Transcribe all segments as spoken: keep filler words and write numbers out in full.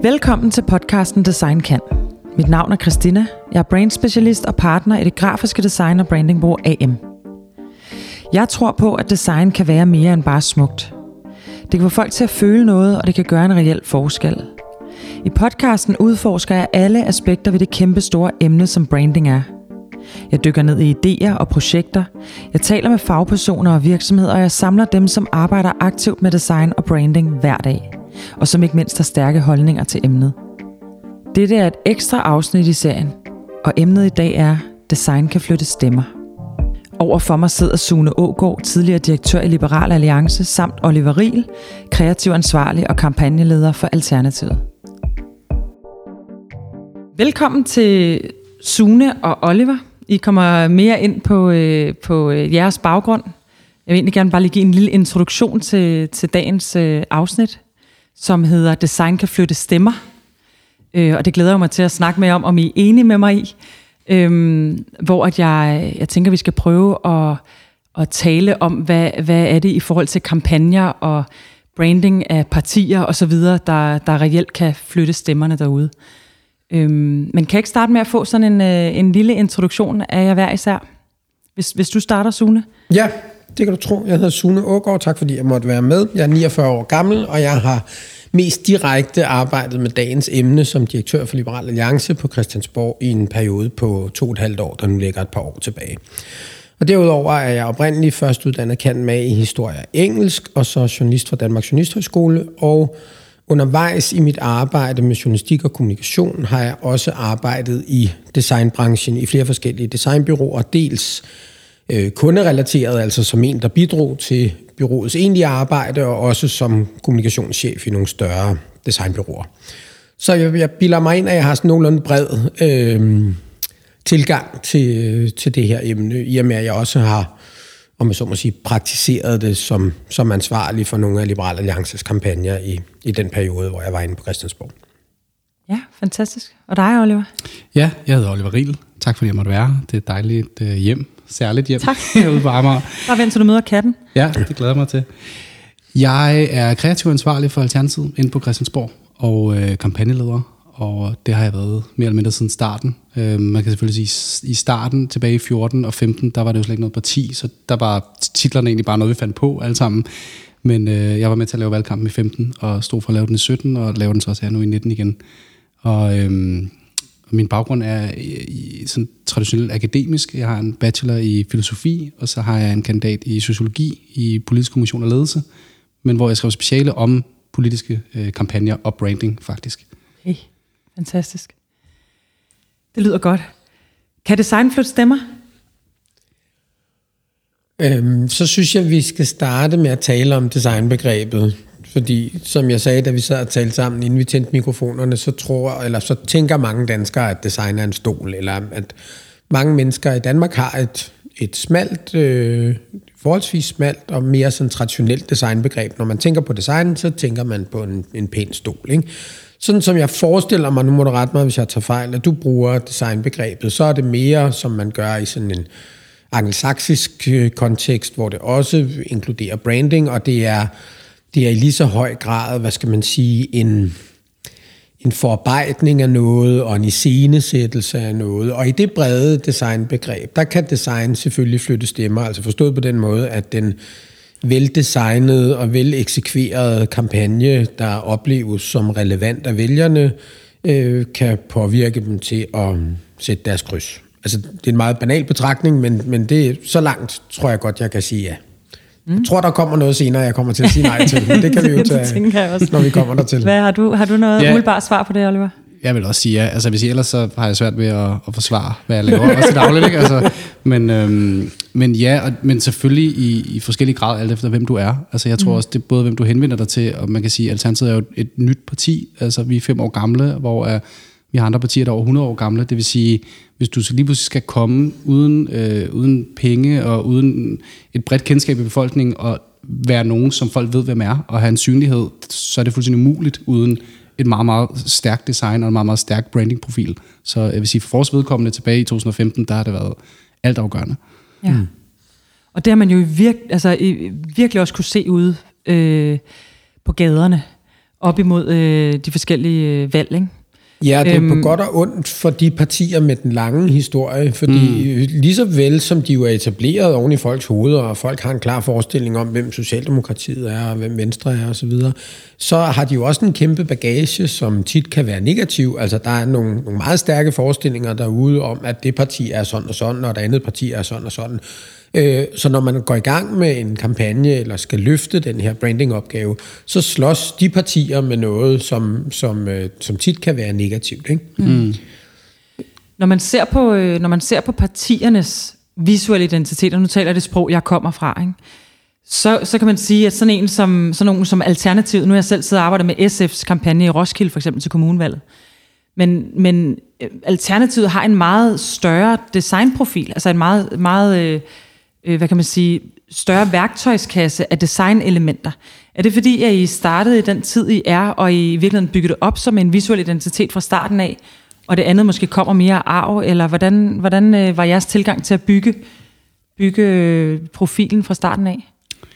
Velkommen til podcasten Design Kan. Mit navn er Christina. Jeg er brandspecialist og partner i det grafiske design- og brandingbureau A M. Jeg tror på, at design kan være mere end bare smukt. Det kan få folk til at føle noget, og det kan gøre en reel forskel. I podcasten udforsker jeg alle aspekter ved det kæmpe store emne, som branding er. Jeg dykker ned i idéer og projekter. Jeg taler med fagpersoner og virksomheder, og jeg samler dem, som arbejder aktivt med design og branding hver dag, og som ikke mindst har stærke holdninger til emnet. Dette er et ekstra afsnit i serien, og emnet i dag er Design kan flytte stemmer. Overfor mig sidder Sune Aagaard, tidligere direktør i Liberal Alliance, samt Oliver Riel, kreativ ansvarlig og kampagneleder for Alternativet. Velkommen til Sune og Oliver. I kommer mere ind på, øh, på jeres baggrund. Jeg vil egentlig gerne bare lige give en lille introduktion til, til dagens øh, afsnit, som hedder Design kan flytte stemmer. Øh, og det glæder jeg mig til at snakke med om, om I er enige med mig i. Øh, hvor at jeg, jeg tænker, vi skal prøve at, at tale om, hvad, hvad er det i forhold til kampagner og branding af partier osv., der, der reelt kan flytte stemmerne derude. Øhm, men kan jeg ikke starte med at få sådan en, øh, en lille introduktion af jer hver især? Hvis, hvis du starter, Sune? Ja, det kan du tro. Jeg hedder Sune Aagaard. Tak fordi jeg måtte være med. Jeg er niogfyrre år gammel, og jeg har mest direkte arbejdet med dagens emne som direktør for Liberal Alliance på Christiansborg i en periode på to og et halvt år, der nu ligger et par år tilbage. Og derudover er jeg oprindeligt førstuddannet cand.mag i historie og engelsk, og så journalist fra Danmarks Journalisthøjskole, og undervejs i mit arbejde med journalistik og kommunikation har jeg også arbejdet i designbranchen i flere forskellige designbyråer, dels øh, kunderelateret, altså som en, der bidrog til byråets egentlige arbejde, og også som kommunikationschef i nogle større designbyråer. Så jeg, jeg bilder mig ind, at jeg har sådan nogenlunde bred øh, tilgang til, til det her emne, i og med at jeg også har, om jeg så må sige, praktiseret det som, som ansvarlig for nogle af Liberal Alliances kampagner i, i den periode, hvor jeg var inde på Christiansborg. Ja, fantastisk. Og dig, Oliver? Ja, jeg hedder Oliver Riel. Tak fordi jeg måtte være. Det er et dejligt øh, hjem. Særligt hjem. Tak. Herude på Amager. Bare vent til du møder katten. Ja, det glæder mig til. Jeg er kreativ ansvarlig for Alternativet inde på Christiansborg og øh, kampagneleder. Og det har jeg været mere eller mindre siden starten. Øh, man kan selvfølgelig sige, i starten tilbage i fjorten og femten, der var det jo slet ikke noget parti, så der var titlerne egentlig bare noget, vi fandt på alle sammen. Men øh, jeg var med til at lave valgkampen i femten, og stod for at lave den i sytten, og lave den så også her nu i nitten igen. Og øh, min baggrund er i, sådan traditionelt akademisk. Jeg har en bachelor i filosofi, og så har jeg en kandidat i sociologi i politisk kommunikation og ledelse, men hvor jeg skrev speciale om politiske øh, kampagner og branding faktisk. Okay. Fantastisk. Det lyder godt. Kan design flytte stemmer? Øhm, så synes jeg, vi skal starte med at tale om designbegrebet. Fordi, som jeg sagde, da vi sad og talte sammen, inden vi tændte mikrofonerne, så tror, eller så tænker mange danskere, at design er en stol, eller at mange mennesker i Danmark har et, et smalt, øh, forholdsvis smalt og mere sådan traditionelt designbegreb. Når man tænker på design, så tænker man på en, en pæn stol, ikke? Sådan som jeg forestiller mig, nu må du rette mig, hvis jeg tager fejl, at du bruger designbegrebet, så er det mere, som man gør i sådan en angelsaksisk kontekst, hvor det også inkluderer branding, og det er, det er i lige så høj grad, hvad skal man sige, en, en forarbejdning af noget, og en iscenesættelse af noget. Og i det brede designbegreb, der kan design selvfølgelig flytte stemmer, altså forstået på den måde, at den veldesignet og veleksekveret kampagne, der opleves som relevant af vælgerne, øh, kan påvirke dem til at sætte deres kryds. Altså, det er en meget banal betragtning, men, men det er så langt, tror jeg godt, jeg kan sige ja. Mm. Jeg tror, der kommer noget senere, jeg kommer til at sige nej til, men det kan vi jo tage, når vi kommer dertil. Hvad, har du, har du noget ja. umiddelbart svar på det, Oliver? Jeg vil også sige ja. Altså, hvis jeg ellers så har jeg svært ved at, at forsvare, hvad jeg laver, også til dagligt, ikke? Altså, men, øhm, men ja, og, men selvfølgelig i, i forskellige grad, alt efter hvem du er. Altså, jeg tror mm. også, det er både, hvem du henvender dig til, og man kan sige, at Alternativet er jo et, et nyt parti. Altså, vi er fem år gamle, hvor uh, vi har andre partier, der er over hundrede år gamle. Det vil sige, hvis du så lige pludselig skal komme uden, øh, uden penge og uden et bredt kendskab i befolkningen, og være nogen, som folk ved, hvem er, og have en synlighed, så er det fuldstændig umuligt uden et meget, meget stærkt design og en meget, meget stærk brandingprofil. Så jeg vil sige, for vores vedkommende tilbage i to tusind og femten, der har det været altafgørende. Ja. Mm. Og det har man jo virke, altså, virkelig også kunne se ude øh, på gaderne. op imod øh, de forskellige øh, valg, ikke? Ja, det er øhm, på godt og ondt for de partier med den lange historie, fordi mm. lige så vel som de jo er etableret oven i folks hoveder, og folk har en klar forestilling om, hvem Socialdemokratiet er, og hvem Venstre er osv., så, så har de jo også en kæmpe bagage, som tit kan være negativ. Altså, der er nogle, nogle meget stærke forestillinger derude om, at det parti er sådan og sådan, og det andet parti er sådan og sådan. Så når man går i gang med en kampagne, eller skal løfte den her brandingopgave, så slås de partier med noget, som, som, som tit kan være negativt, ikke? Mm. Når man ser på, når man ser på partiernes visuelle identitet, og nu taler det sprog, jeg kommer fra, ikke? Så, så kan man sige, at sådan en som, sådan nogen som Alternativet, nu har jeg selv siddet og arbejdet med S F's kampagne i Roskilde, for eksempel til kommunevalget, men, men Alternativet har en meget større designprofil, altså en meget, meget øh, hvad kan man sige, større værktøjskasse af designelementer. Er det fordi, at I startede i den tid, I er, og I virkelig byggede det op som en visuel identitet fra starten af, og det andet måske kommer mere arv, eller hvordan, hvordan øh, var jeres tilgang til at bygge, bygge profilen fra starten af?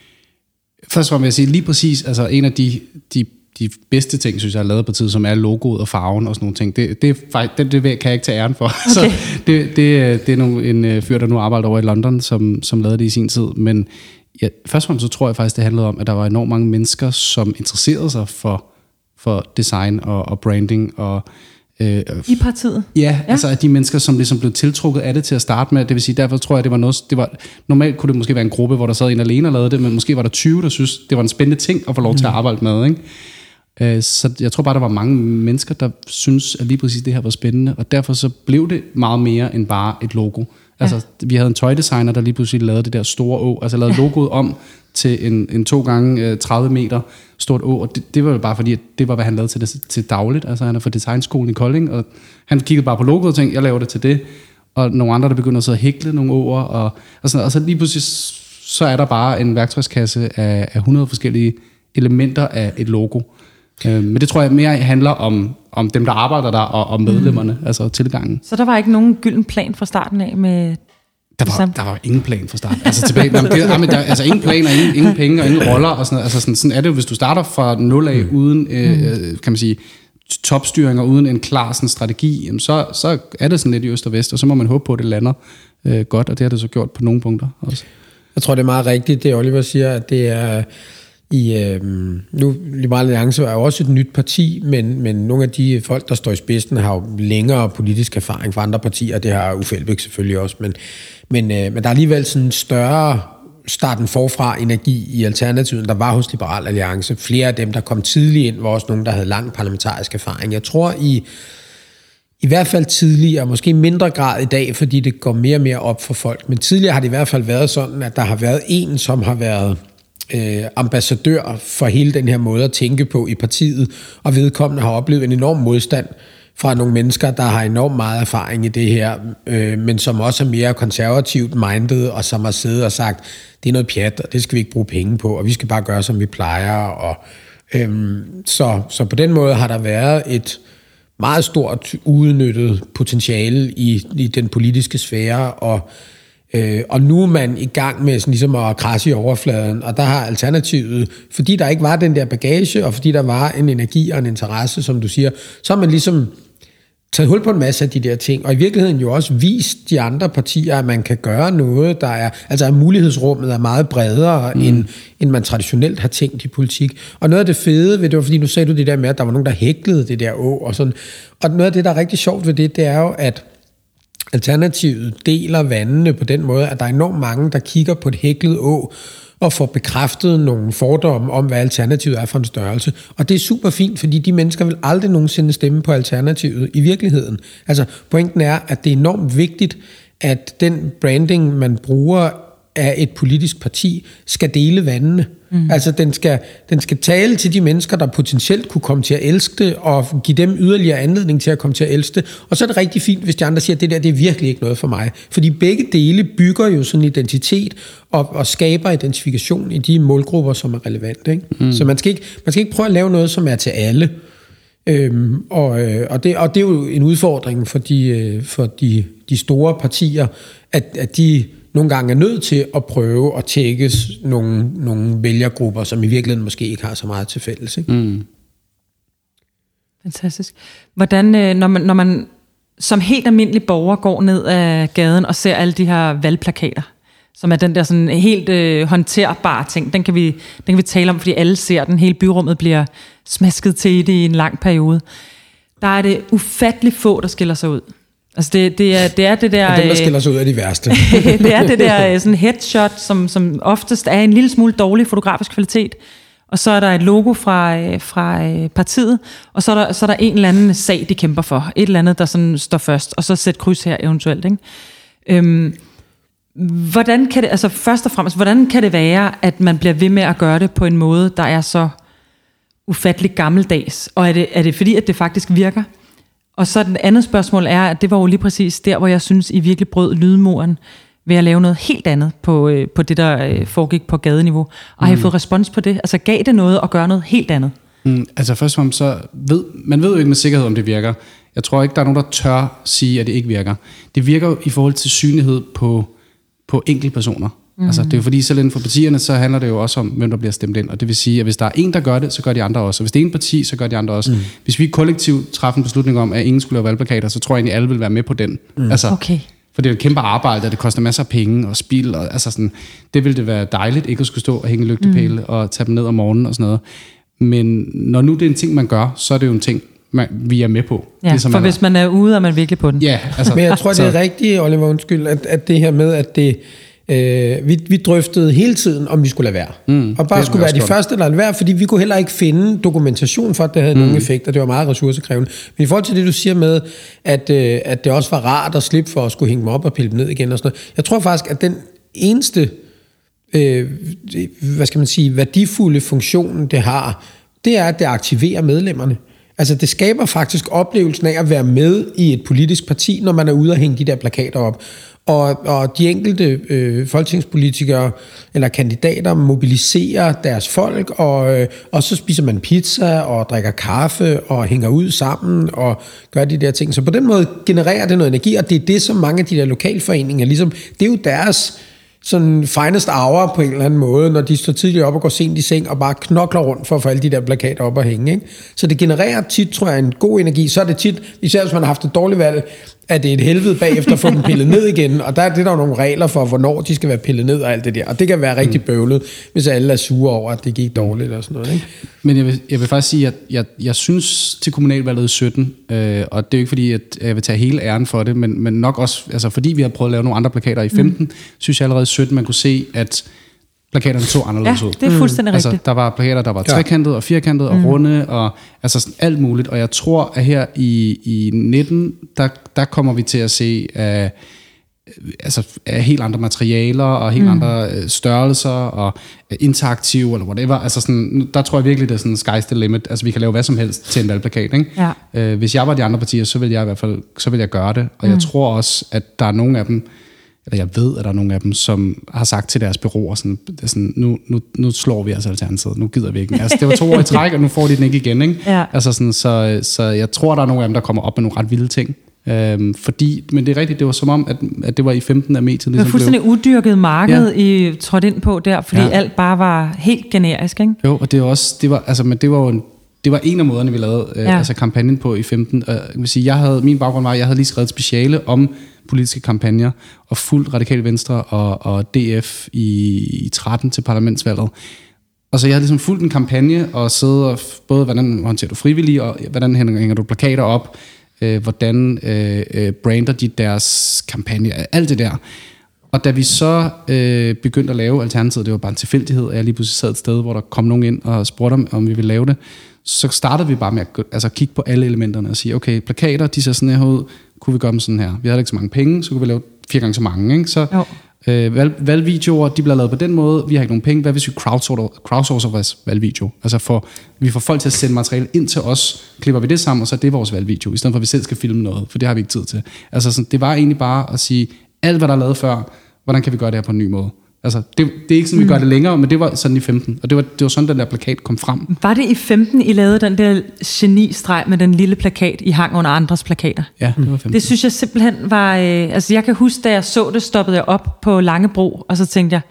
Først vil jeg sige lige præcis, altså en af de, de, de bedste ting, synes jeg, har lavet på tid, som er logoet og farven og sådan nogle ting, det, det, det, det kan jeg ikke tage æren for. Okay. Så det, det, det er nogle, en fyr, der nu arbejder over i London, som, som lavede det i sin tid. Men ja, først og fremmest så tror jeg faktisk, det handlede om, at der var enormt mange mennesker, som interesserede sig for, for design og, og branding og Øh, I partiet? Ja, ja, altså at de mennesker, som ligesom blev tiltrukket af det til at starte med, det vil sige, derfor tror jeg, det var noget, det var, normalt kunne det måske være en gruppe, hvor der sad en alene og lavede det, men måske var der tyve, der synes, det var en spændende ting at få lov til at arbejde med, ikke? Øh, så jeg tror bare, der var mange mennesker, der synes, at lige præcis det her var spændende, og derfor så blev det meget mere end bare et logo. Altså, ja. Vi havde en tøjdesigner, der lige pludselig lavede det der store å, altså lavede logoet om til en, en to gange tredive meter stort å, og det, det var jo bare fordi, at det var, hvad han lavede til, det, til dagligt. Altså, han er fra designskolen i Kolding, og han kiggede bare på logoet og tænkte, jeg laver det til det, og nogle andre, der begynder at sidde og hækle nogle åer, og, og, sådan, og så lige pludselig, så er der bare en værktøjskasse af, af hundrede forskellige elementer af et logo. Men det tror jeg mere handler om, om dem, der arbejder der, og om medlemmerne, mm. altså tilgangen. Så der var ikke nogen gylden plan fra starten af med... Der var, der var ingen plan fra starten. Altså, tilbage, jamen, det, jamen, der, altså ingen plan og ingen, ingen penge og ingen roller. Og sådan noget. Altså, sådan, sådan er det jo, hvis du starter fra nul af, mm. uden øh, kan man sige, topstyring og uden en klar sådan, strategi, jamen, så, så er det sådan lidt i øst og vest, og så må man håbe på, at det lander øh, godt, og det har det så gjort på nogle punkter også. Jeg tror, det er meget rigtigt, det Oliver siger, at det er... I, øh, nu Liberal Alliance er jo også et nyt parti, men, men nogle af de folk, der står i spidsen, har jo længere politisk erfaring fra andre partier. Det har Uffe Elbæk selvfølgelig også, men, men, øh, men der er alligevel sådan en større starten forfra energi i Alternativet, der var hos Liberal Alliance. Flere af dem, der kom tidligt ind, var også nogle, der havde lang parlamentarisk erfaring. Jeg tror i I hvert fald tidligere, måske mindre grad i dag, fordi det går mere og mere op for folk, men tidligere har det i hvert fald været sådan, at der har været en, som har været Øh, ambassadør for hele den her måde at tænke på i partiet, og vedkommende har oplevet en enorm modstand fra nogle mennesker, der har enormt meget erfaring i det her, øh, men som også er mere konservativt minded, og som har siddet og sagt, det er noget pjat, og det skal vi ikke bruge penge på, og vi skal bare gøre, som vi plejer. Og, øh, så, så på den måde har der været et meget stort uudnyttet potentiale i, i den politiske sfære, og Øh, og nu er man i gang med sådan ligesom at krasse i overfladen, og der har Alternativet, fordi der ikke var den der bagage, og fordi der var en energi og en interesse, som du siger, så har man ligesom taget hul på en masse af de der ting, og i virkeligheden jo også vist de andre partier, at man kan gøre noget, der er, altså at mulighedsrummet er meget bredere, mm. end, end man traditionelt har tænkt i politik. Og noget af det fede ved det var, fordi nu sagde du det der med, at der var nogen, der hæklede det der å, og sådan, og noget af det, der er rigtig sjovt ved det, det er jo, at Alternativet deler vandene på den måde, at der er enormt mange, der kigger på et hæklet å og får bekræftet nogle fordomme om, hvad Alternativet er for en størrelse. Og det er super fint, fordi de mennesker vil aldrig nogensinde stemme på Alternativet i virkeligheden. Altså, pointen er, at det er enormt vigtigt, at den branding, man bruger af et politisk parti, skal dele vandene. Mm. Altså, den skal, den skal tale til de mennesker, der potentielt kunne komme til at elske det, og give dem yderligere anledning til at komme til at elske det. Og så er det rigtig fint, hvis de andre siger, at det der, det er virkelig ikke noget for mig. Fordi begge dele bygger jo sådan en identitet, og, og skaber identifikation i de målgrupper, som er relevante. Ikke? Mm. Så man skal, ikke, man skal ikke prøve at lave noget, som er til alle. Øhm, og, og, det, og det er jo en udfordring for de, for de, de store partier, at, at de nogle gange er nødt til at prøve at tækkes nogle, nogle vælgergrupper, som i virkeligheden måske ikke har så meget til fælles. Ikke? Mm. Fantastisk. Hvordan, øh, når man, når man som helt almindelig borger går ned ad gaden og ser alle de her valgplakater, som er den der sådan helt øh, håndterbare ting, den kan, vi, den kan vi tale om, fordi alle ser den. Hele byrummet bliver smasket til i det i en lang periode. Der er det ufattelig få, der skiller sig ud. Altså det, det, er, det er det der... Og dem, der skiller sig ud, er de værste. Det er det der sådan headshot, som, som oftest er en lille smule dårlig fotografisk kvalitet. Og så er der et logo fra, fra partiet, og så er, der, så er der en eller anden sag, de kæmper for. Et eller andet, der sådan står først, og så sæt kryds her eventuelt. Ikke? Øhm, hvordan kan det, altså først og fremmest, hvordan kan det være, at man bliver ved med at gøre det på en måde, der er så ufattelig gammeldags? Og er det, er det fordi, at det faktisk virker? Og så den andet spørgsmål er, at det var jo lige præcis der, hvor jeg synes, I virkelig brød lydmuren ved at lave noget helt andet på, øh, på det, der øh, foregik på gadeniveau. Og mm. har I fået respons på det? Altså gav det noget at gøre noget helt andet? Mm, altså først og fremmest, så ved, man ved jo ikke med sikkerhed, om det virker. Jeg tror ikke, der er nogen, der tør sige, at det ikke virker. Det virker jo i forhold til synlighed på, på enkeltpersoner. Mm. Altså, det er jo fordi, selv inden for partierne, så handler det jo også om, hvem der bliver stemt ind. Og det vil sige, at hvis der er en, der gør det, så gør de andre også. Og hvis det er en parti, så gør de andre også. Mm. Hvis vi kollektivt træffer en beslutning om, at ingen skulle lave valgplakater, så tror jeg egentlig, alle vil være med på den. Mm. Altså, okay. For det er et kæmpe arbejde, og det koster masser af penge og spil. Og, altså sådan, det ville det være dejligt, ikke at skulle stå og hænge lygtepæle mm. og tage dem ned om morgenen og sådan noget. Men når nu det er en ting, man gør, så er det jo en ting, man, vi er med på. Ja, det, som for man hvis man er ude, er man virkelig på den. Ja, altså, men jeg tror, det er rigtigt, Oliver, undskyld, at, at det her med, at det... Øh, vi, vi drøftede hele tiden, om vi skulle lade være. Mm, og bare skulle være de første, der lade være, fordi vi kunne heller ikke finde dokumentation for, at det havde mm. nogen effekt, og det var meget ressourcekrævende. Men i forhold til det, du siger med, at, øh, at det også var rart at slippe for at skulle hænge dem op og pille dem ned igen og sådan noget. Jeg tror faktisk, at den eneste øh, hvad skal man sige, værdifulde funktion, det har, det er, at det aktiverer medlemmerne. Altså det skaber faktisk oplevelsen af at være med i et politisk parti, når man er ude og hænge de der plakater op. Og, og de enkelte øh, folketingspolitikere eller kandidater mobiliserer deres folk, og, øh, og så spiser man pizza og drikker kaffe og hænger ud sammen og gør de der ting. Så på den måde genererer det noget energi, og det er det, som mange af de der lokalforeninger, ligesom, det er jo deres sådan finest hour på en eller anden måde, når de står tidligt op og går sent i seng og bare knokler rundt for at få alle de der plakater op og hænge. Ikke? Så det genererer tit, tror jeg, en god energi. Så er det tit, især hvis man har haft et dårligt valg, at det er et helvede bagefter at få dem pillet ned igen, og der er det der nogle regler for, hvornår de skal være pillet ned og alt det der. Og det kan være rigtig bøvlet, hvis alle er sure over, at det gik dårligt og sådan noget. Ikke? Men jeg vil, jeg vil faktisk sige, at jeg, jeg synes til kommunalvalget i sytten, øh, og det er jo ikke fordi, at jeg vil tage hele æren for det, men, men nok også, altså fordi vi har prøvet at lave nogle andre plakater i femten, mm. synes jeg allerede i sytten, man kunne se, at plakaterne så anderledes ud. Ja, det er fuldstændig mm. rigtigt. Altså, der var plakater, der var trekantede og firkantede og mm. runde, og altså sådan alt muligt. Og jeg tror, at her i, i nitten, der, der kommer vi til at se uh, altså, uh, helt andre materialer, og helt mm. andre uh, størrelser, og uh, interaktive, eller whatever. Altså sådan, der tror jeg virkelig, det er sådan sky's the limit. Altså vi kan lave hvad som helst til en valgplakat. Ikke? Ja. Uh, hvis jeg var de andre partier, så ville jeg i hvert fald så ville jeg gøre det. Og mm. jeg tror også, at der er nogle af dem, eller jeg ved, at der er nogle af dem, som har sagt til deres bureauer, sådan, sådan, nu, nu, nu slår vi altså Alternativet, nu gider vi ikke. Altså, det var to år i træk, og nu får de den ikke igen. Ikke? Ja. Altså, sådan, så, så jeg tror, der er nogle af dem, der kommer op med nogle ret vilde ting. Øhm, fordi, men det er rigtigt, det var som om, at, at det var i femten af mediet. Ligesom det var fuldstændig blev... udyrket marked, ja. I trådte ind på der, fordi ja. Alt bare var helt generisk. Ikke? Jo, og det var også, det var, altså, men det var jo en, det var en af måderne, vi lavede øh, ja. altså kampagnen på i femten. Øh, jeg vil sige, jeg havde, min baggrund var, at jeg havde lige skrevet et speciale om politiske kampagner, og fuldt Radikale Venstre og, og D F i, i tretten til parlamentsvalget. Og så jeg havde ligesom fulgt en kampagne, og siddet og både, hvordan håndterer du frivillige, og hvordan hænger du plakater op, øh, hvordan øh, brander de deres kampagne, alt det der. Og da vi så øh, begyndte at lave Alternativet, det var bare en tilfældighed, at jeg lige pludselig sad et sted, hvor der kom nogen ind og spurgte, om, om vi ville lave det, så startede vi bare med at altså, kigge på alle elementerne og sige, okay, plakater, de ser sådan her ud, kunne vi gøre dem sådan her. Vi havde ikke så mange penge, så kunne vi lave fire gange så mange. Ikke? Så øh, valg, valgvideoer, de bliver lavet på den måde, vi har ikke nogen penge. Hvad hvis vi crowdsourcer, crowdsourcer vores valgvideo? Altså for, vi får folk til at sende materiale ind til os, klipper vi det sammen, og så er det vores valgvideo, i stedet for at vi selv skal filme noget, for det har vi ikke tid til. Altså sådan, det var egentlig bare at sige, alt hvad der er lavet før, hvordan kan vi gøre det her på en ny måde? Altså, det, det er ikke sådan, vi gør det længere, men det var sådan i femten, og det var, det var sådan, den der plakat kom frem. Var det i femten, I lavede den der genistreg med den lille plakat, I hang under andres plakater? Ja, det var femten. Det synes jeg simpelthen var... Øh, altså, jeg kan huske, da jeg så det, stoppede jeg op på Langebro, og så tænkte jeg,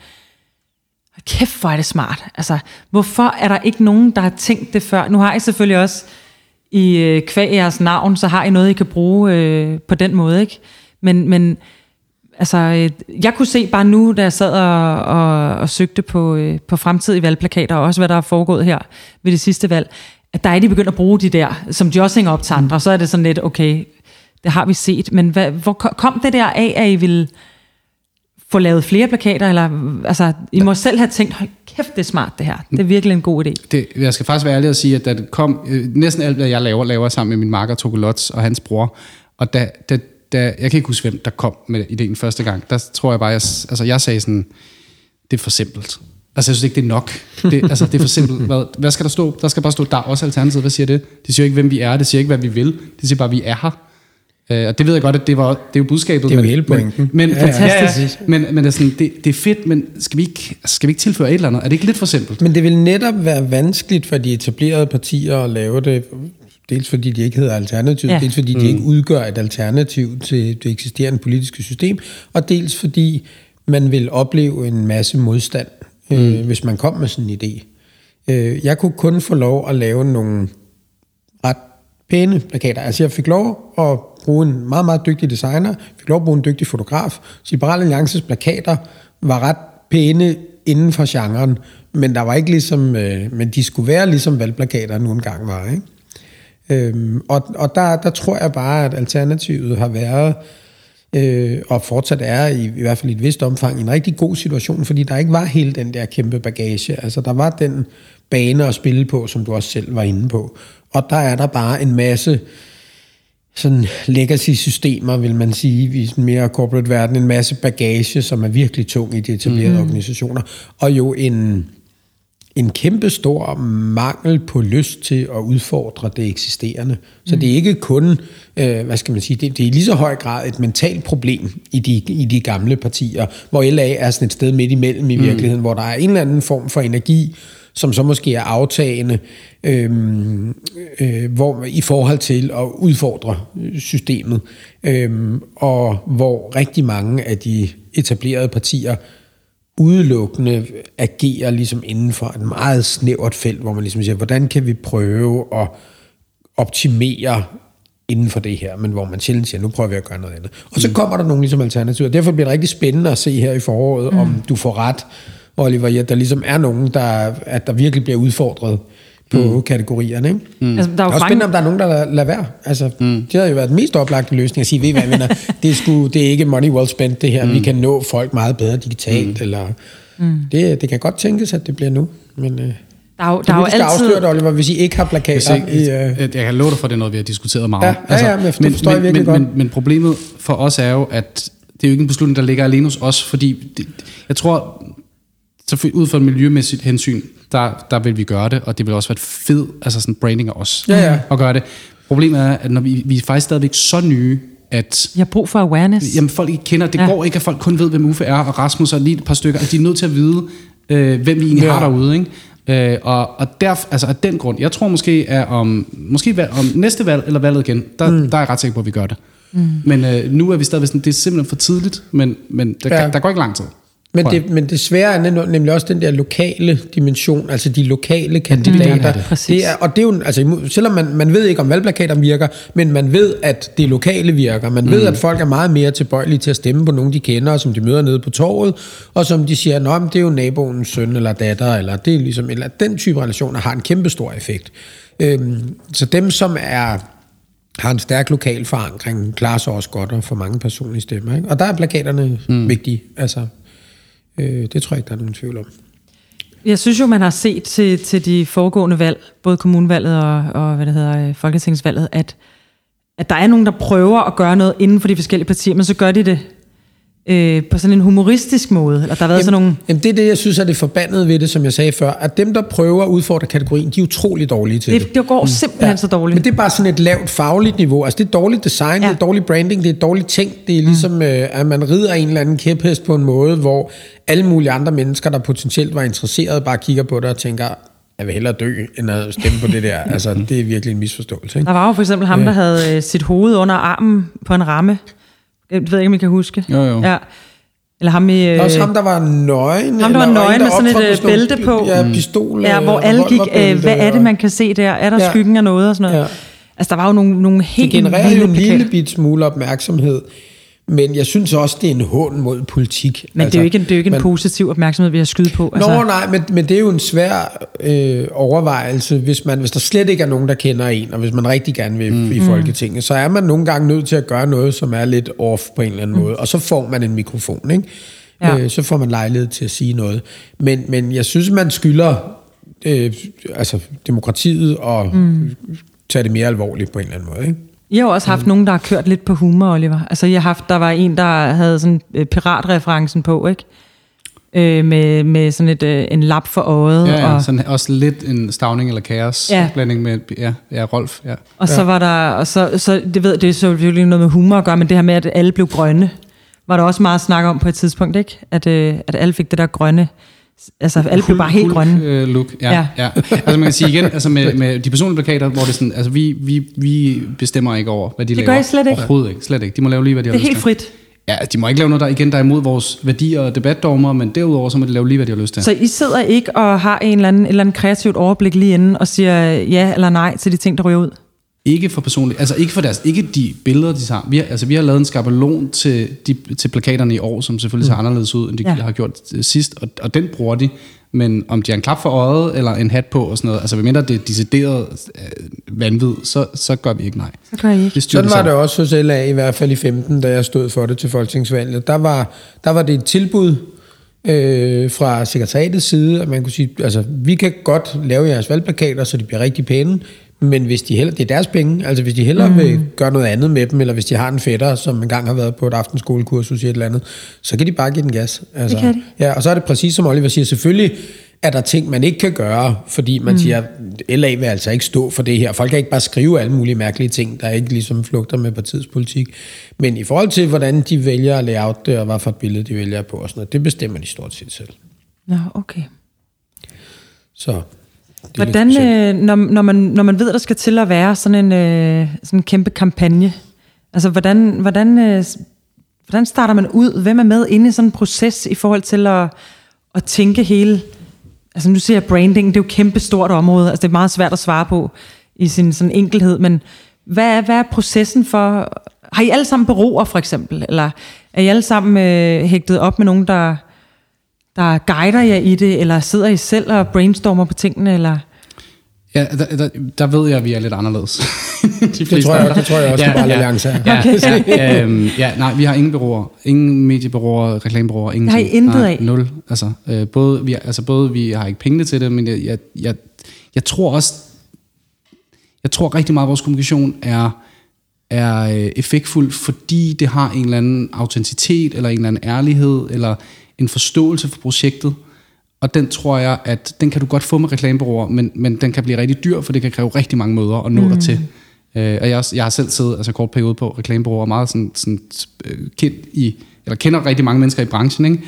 kæft, hvor er det smart. Altså, hvorfor er der ikke nogen, der har tænkt det før? Nu har jeg selvfølgelig også i øh, kvæg jeres navn, så har I noget, I kan bruge øh, på den måde, ikke? Men, men altså, øh, jeg kunne se bare nu, da jeg sad og, og, og søgte på, øh, på fremtidige valgplakater, og også hvad der er foregået her ved det sidste valg, at der er de begyndt at bruge de der, som de også hænger op til andre, så er det sådan lidt, okay, det har vi set, men hvad, hvor kom det der af, at I ville få lavet flere plakater, eller altså, I må selv have tænkt, hold kæft, det er smart det her, det er virkelig en god idé. Det, jeg skal faktisk være ærlig og sige, at da det kom, næsten alt, hvad jeg laver, laver sammen med min makker Toke Lotz og hans bror, og da, da, da, jeg kan ikke huske, hvem der kom med ideen første gang, der tror jeg bare, jeg, altså jeg sagde sådan, det er for simpelt. Altså, jeg synes ikke, det er nok. Det, altså, det er for simpelt. Hvad, hvad skal der stå? Der skal bare stå, der er også alternativet. Hvad siger det? Det siger ikke, hvem vi er. Det siger ikke, hvad vi vil. Det siger bare, vi er her. Uh, og det ved jeg godt, at det, var, det er jo budskabet. Det er jo hele pointen. Men, men, fantastisk. Ja, ja. Men, men det, er sådan, det, det er fedt, men skal vi, ikke, skal vi ikke tilføre et eller andet? Er det ikke lidt for simpelt? Men det vil netop være vanskeligt for de etablerede partier at lave det, dels fordi de ikke hedder alternativ, ja. dels fordi de mm. ikke udgør et alternativ til det eksisterende politiske system, og dels fordi man vil opleve en masse modstand, mm. øh, hvis man kom med sådan en idé. Øh, jeg kunne kun få lov at lave nogle ret pæne plakater. Altså jeg fik lov at bruge en meget, meget dygtig designer, fik lov at bruge en dygtig fotograf. Så Liberal Alliances plakater var ret pæne inden for genren, men der var ikke ligesom, øh, men de skulle være ligesom valgplakater nogle gange var, ikke? Øhm, og og der, der tror jeg bare, at alternativet har været, øh, og fortsat er i, i hvert fald i et vist omfang, en rigtig god situation, fordi der ikke var hele den der kæmpe bagage. Altså der var den bane at spille på, som du også selv var inde på. Og der er der bare en masse sådan legacy-systemer, vil man sige, i sådan mere corporate verden, en masse bagage, som er virkelig tung i de etablerede mm. organisationer, og jo en, en kæmpe stor mangel på lyst til at udfordre det eksisterende. Så mm. det er ikke kun, øh, hvad skal man sige, det, det er i lige så høj grad et mentalt problem i de, i de gamle partier, hvor L A er sådan et sted midt imellem i virkeligheden, mm. hvor der er en eller anden form for energi, som så måske er aftagende, øhm, øh, hvor, i forhold til at udfordre systemet, øhm, og hvor rigtig mange af de etablerede partier udelukkende agerer ligesom inden for et meget snævert felt, hvor man ligesom siger, hvordan kan vi prøve at optimere inden for det her, men hvor man sjældent siger, nu prøver vi at gøre noget andet. Og så kommer der nogle ligesom alternativer. Derfor bliver det rigtig spændende at se her i foråret, mm. om du får ret, Oliver, ja, der ligesom er nogen, der, at der virkelig bliver udfordret på mm. kategorierne. Ikke? Mm. Altså, der er jo også spændende, om der er nogen, der lader lade være. Altså, mm. det havde jo været den mest oplagte løsning at sige, ved I hvad, venner, det, er sgu, det er ikke money well spent, det her. Mm. Vi kan nå folk meget bedre digitalt. Mm. Eller, mm. det, det kan godt tænkes, at det bliver nu. Men, øh, der er jo, der er jo altid... afsløre det, Oliver, hvis I ikke har plakater. Ikke, i, øh... Jeg kan love dig for, det er noget, vi har diskuteret meget. Ja, altså, ja, ja, men, men, forstår men, virkelig men, godt. Men, men problemet for os er jo, at det er jo ikke en beslutning, der ligger alene hos os, fordi det, jeg tror... Så ud fra et miljømæssigt hensyn, der, der vil vi gøre det, og det vil også være et fed altså sådan branding af os ja, ja. at gøre det. Problemet er, at når vi, vi er faktisk stadigvæk så nye, at... Jeg har brug for awareness. Jamen folk ikke kender, det ja. går ikke, at folk kun ved, hvem Uffe er, og Rasmus og lige et par stykker, at de er nødt til at vide, øh, hvem vi egentlig ja. har derude, ikke? Øh, og, og derf, altså af den grund, jeg tror måske, at om, måske valg, om næste valg, eller valget igen, der, mm. der er jeg ret sikker på, at vi gør det. Mm. Men øh, nu er vi stadigvæk sådan, det er simpelthen for tidligt, men, men der, ja. der går ikke lang tid. Men det, men det svære er nemlig også den der lokale dimension, altså de lokale kandidater. Mm, det. Det er, og det er jo, altså, selvom man, man ved ikke, om valgplakater virker, men man ved, at det lokale virker. Man mm. ved, at folk er meget mere tilbøjelige til at stemme på nogen, de kender, som de møder nede på torvet, og som de siger, nå, det er jo naboens søn eller datter, eller det er ligesom, eller den type relationer har en kæmpe stor effekt. Øhm, så dem, som er... har en stærk lokal forankring, klarer sig også godt og får mange personlige stemmer. Ikke? Og der er plakaterne mm. vigtige, altså... Det tror jeg ikke, der er nogen tvivl om. Jeg synes jo, man har set til, til de foregående valg, både kommunevalget og, og hvad det hedder, folketingsvalget, at, at der er nogen, der prøver at gøre noget inden for de forskellige partier, men så gør de det øh, på sådan en humoristisk måde. Eller der har været jamen, sådan nogle... jamen det er det, jeg synes er det forbandede ved det, som jeg sagde før, at dem, der prøver at udfordre kategorien, de er utrolig dårlige til det. Det, det går mm. simpelthen ja. så dårligt. Men det er bare sådan et lavt fagligt niveau. Altså det er dårligt design, ja. det er dårligt branding, det er dårligt tænkt. Det er ligesom, mm. øh, at man rider en eller anden kæphest på en måde, hvor alle mulige andre mennesker, der potentielt var interesserede, bare kigger på det og tænker, jeg vil hellere dø, end at stemme på det der. Altså, det er virkelig en misforståelse. Ikke? Der var jo for eksempel ham, der havde sit hoved under armen på en ramme. Jeg ved ikke, om I kan huske. Jo, jo. Ja. Eller ham i... Øh, også ham, der var nøgen. Ham, der var nøgen med sådan et bælte på. Ja, pistol. Ja, hvor alle gik, øh, hvad er det, man kan se der? Er der ja. skyggen af noget og sådan noget? Altså, der var jo nogle, nogle helt det genererer jo en lille bit smule opmærksomhed, men jeg synes også, det er en hån mod politik. Men altså, det er jo ikke en, det er jo ikke man, en positiv opmærksomhed, vi har skyde på. Altså. Nå, nej, men, men det er jo en svær øh, overvejelse, hvis, man, hvis der slet ikke er nogen, der kender en, og hvis man rigtig gerne vil mm. i Folketinget, så er man nogle gange nødt til at gøre noget, som er lidt off på en eller anden mm. måde, og så får man en mikrofon, ikke? Ja. Øh, så får man lejlighed til at sige noget. Men, men jeg synes, man skylder øh, altså demokratiet og mm. tage det mere alvorligt på en eller anden måde, ikke? I har jo også haft mm. nogen, der har kørt lidt på humor, Oliver. Altså, I har haft, der var en, der havde sådan øh, piratreferencen på, ikke? Øh, med, med sådan et, øh, en lap for øjet. Ja, ja, og sådan også lidt en stavning eller kaos ja. blanding med, ja, ja, Rolf, ja. Og ja. så var der, og så, så det ved det er selvfølgelig noget med humor at gøre, men det her med, at alle blev grønne, var der også meget snak om på et tidspunkt, ikke? At, øh, at alle fik det der grønne, altså alle blev bare helt grønne. Uh, look, ja, ja. ja. Altså man kan sige igen, altså med, med de personlige plakater, hvor det er sådan, altså vi, vi, vi bestemmer ikke over, hvad de det laver. Det gør I slet ikke. Overhovedet ikke, slet ikke. De må lave lige, hvad de har lyst til. Det er helt frit. Ja, de må ikke lave noget, der igen der er imod vores værdier og debatdogmer, men derudover så må de lave lige, hvad de har lyst til. Så I sidder ikke og har en eller anden, et eller andet kreativt overblik lige inden og siger ja eller nej til de ting, der ryger ud? Ikke for personligt, altså ikke for deres, ikke de billeder, de tager. Vi har, altså vi har lavet en skabelon til, de, til plakaterne i år, som selvfølgelig ser mm. anderledes ud, end de ja. har gjort sidst, og, og den bruger de. Men om de har en klap for øjet, eller en hat på og sådan noget, altså medmindre det er decideret øh, vanvid, så, så gør vi ikke nej. Så gør I ikke. Sådan var det også hos L A, i hvert fald i femten, da jeg stod for det til folketingsvalget. Der var, der var det et tilbud øh, fra sekretariatets side, at man kunne sige, altså vi kan godt lave jeres valgplakater, så de bliver rigtig pæne, men hvis de hellere, det er deres penge, altså hvis de hellere mm. vil gøre noget andet med dem, eller hvis de har en fætter, som engang har været på et aftenskolekursus i et eller andet, så kan de bare give den gas. Altså, det kan de. Ja, og så er det præcis som Oliver siger, selvfølgelig er der ting, man ikke kan gøre, fordi man mm. siger, L A vil altså ikke stå for det her. Folk kan ikke bare skrive alle mulige mærkelige ting, der ikke ligesom flugter med partiets politik. Men i forhold til, hvordan de vælger at layout det, og hvad for et billede de vælger på, og sådan noget, det bestemmer de stort set selv. Nå, okay. Så... Hvordan, øh, når, når, man, når man ved, at der skal til at være sådan en, øh, sådan en kæmpe kampagne, altså hvordan, hvordan, øh, hvordan starter man ud? Hvem er med inde i sådan en proces i forhold til at, at tænke hele, altså nu siger jeg branding, det er jo et kæmpe stort område, altså det er meget svært at svare på i sin sådan enkelhed, men hvad er, hvad er processen for, har I alle sammen bureauer for eksempel, eller er I alle sammen øh, hægtet op med nogen, der... der guider jer i det, eller sidder I selv og brainstormer på tingene, eller? Ja, der, der, der ved jeg, at vi er lidt anderledes. De det, tror jeg, det tror jeg også, ja, Liberal Alliance er. Ja, okay. ja, øhm, ja, nej, vi har ingen bureauer, ingen mediebureauer, reklamebureauer, ingenting. Har I intet af? Nul. Altså, øh, både, vi, altså, både vi har ikke penge til det, men jeg, jeg, jeg, jeg tror også, jeg tror rigtig meget, at vores kommunikation er, er effektfuld, fordi det har en eller anden autenticitet, eller en eller anden ærlighed, eller en forståelse for projektet, og den tror jeg, at den kan du godt få med reklamebureauer, men, men den kan blive rigtig dyr, for det kan kræve rigtig mange møder at nå mm. dig til. Øh, og jeg, jeg har selv siddet altså kort periode på reklamebureauer, meget sådan, sådan øh, kendt i, eller kender rigtig mange mennesker i branchen, ikke?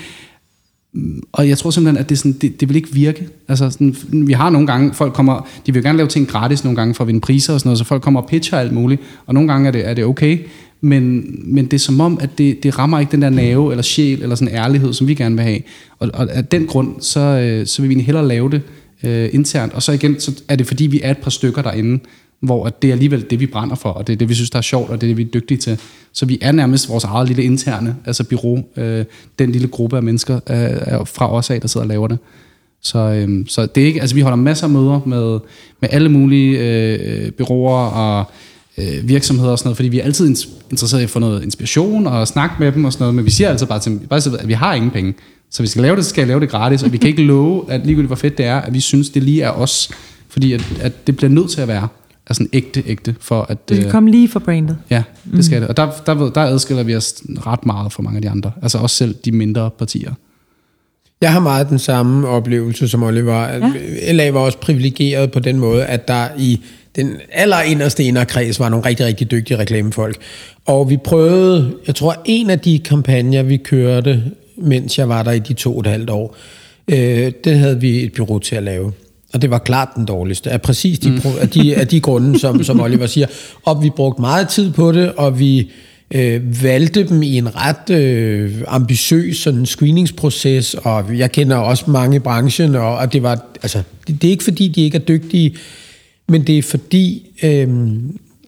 Og jeg tror simpelthen, at det, sådan, det, det vil ikke virke. Altså, sådan, vi har nogle gange, folk kommer, de vil gerne lave ting gratis nogle gange for at vinde priser og sådan noget, så folk kommer og pitcher alt muligt, og nogle gange er det, er det okay, men, men det er som om, at det, det rammer ikke den der nerve eller sjæl eller sådan ærlighed, som vi gerne vil have. Og, og af den grund, så, øh, så vil vi hellere lave det øh, internt, og så igen, så er det fordi, vi er et par stykker derinde, hvor det er alligevel det, vi brænder for, og det er det, vi synes, der er sjovt, og det er det, vi er dygtige til. Så vi er nærmest vores eget lille interne, altså bureau, øh, den lille gruppe af mennesker øh, fra os af, der sidder og laver det. Så, øh, så det er ikke, altså vi holder masser af møder med, med alle mulige øh, bureauer og øh, virksomheder og sådan noget, fordi vi er altid interesseret i at få noget inspiration og snakke med dem og sådan noget, men vi siger altid bare til bare at vi har ingen penge. Så hvis vi skal lave det, så skal jeg lave det gratis, og vi kan ikke love, at ligegyldigt hvor fedt det er, at vi synes, det lige er os, fordi at, at det bliver nødt til at være er sådan ægte, ægte, for at... Det skal øh, komme lige for brandet. Ja, det mm. skal det. Og der, der, der adskiller vi os ret meget fra mange af de andre. Altså også selv de mindre partier. Jeg har meget den samme oplevelse som Oliver. Ja. L A var også privilegeret på den måde, at der i den allerinderste inderkreds var nogle rigtig, rigtig dygtige reklamefolk. Og vi prøvede, jeg tror, en af de kampagner, vi kørte, mens jeg var der i de to og et halvt år, øh, den havde vi et bureau til at lave. Og det var klart den dårligste, af præcis de, mm. af de, af de grunde, som, som Oliver siger. Og vi brugte meget tid på det, og vi øh, valgte dem i en ret øh, ambitiøs sådan screeningsproces, og jeg kender også mange i branchen, og, og det var, altså, det, det er ikke fordi, de ikke er dygtige, men det er fordi, øh,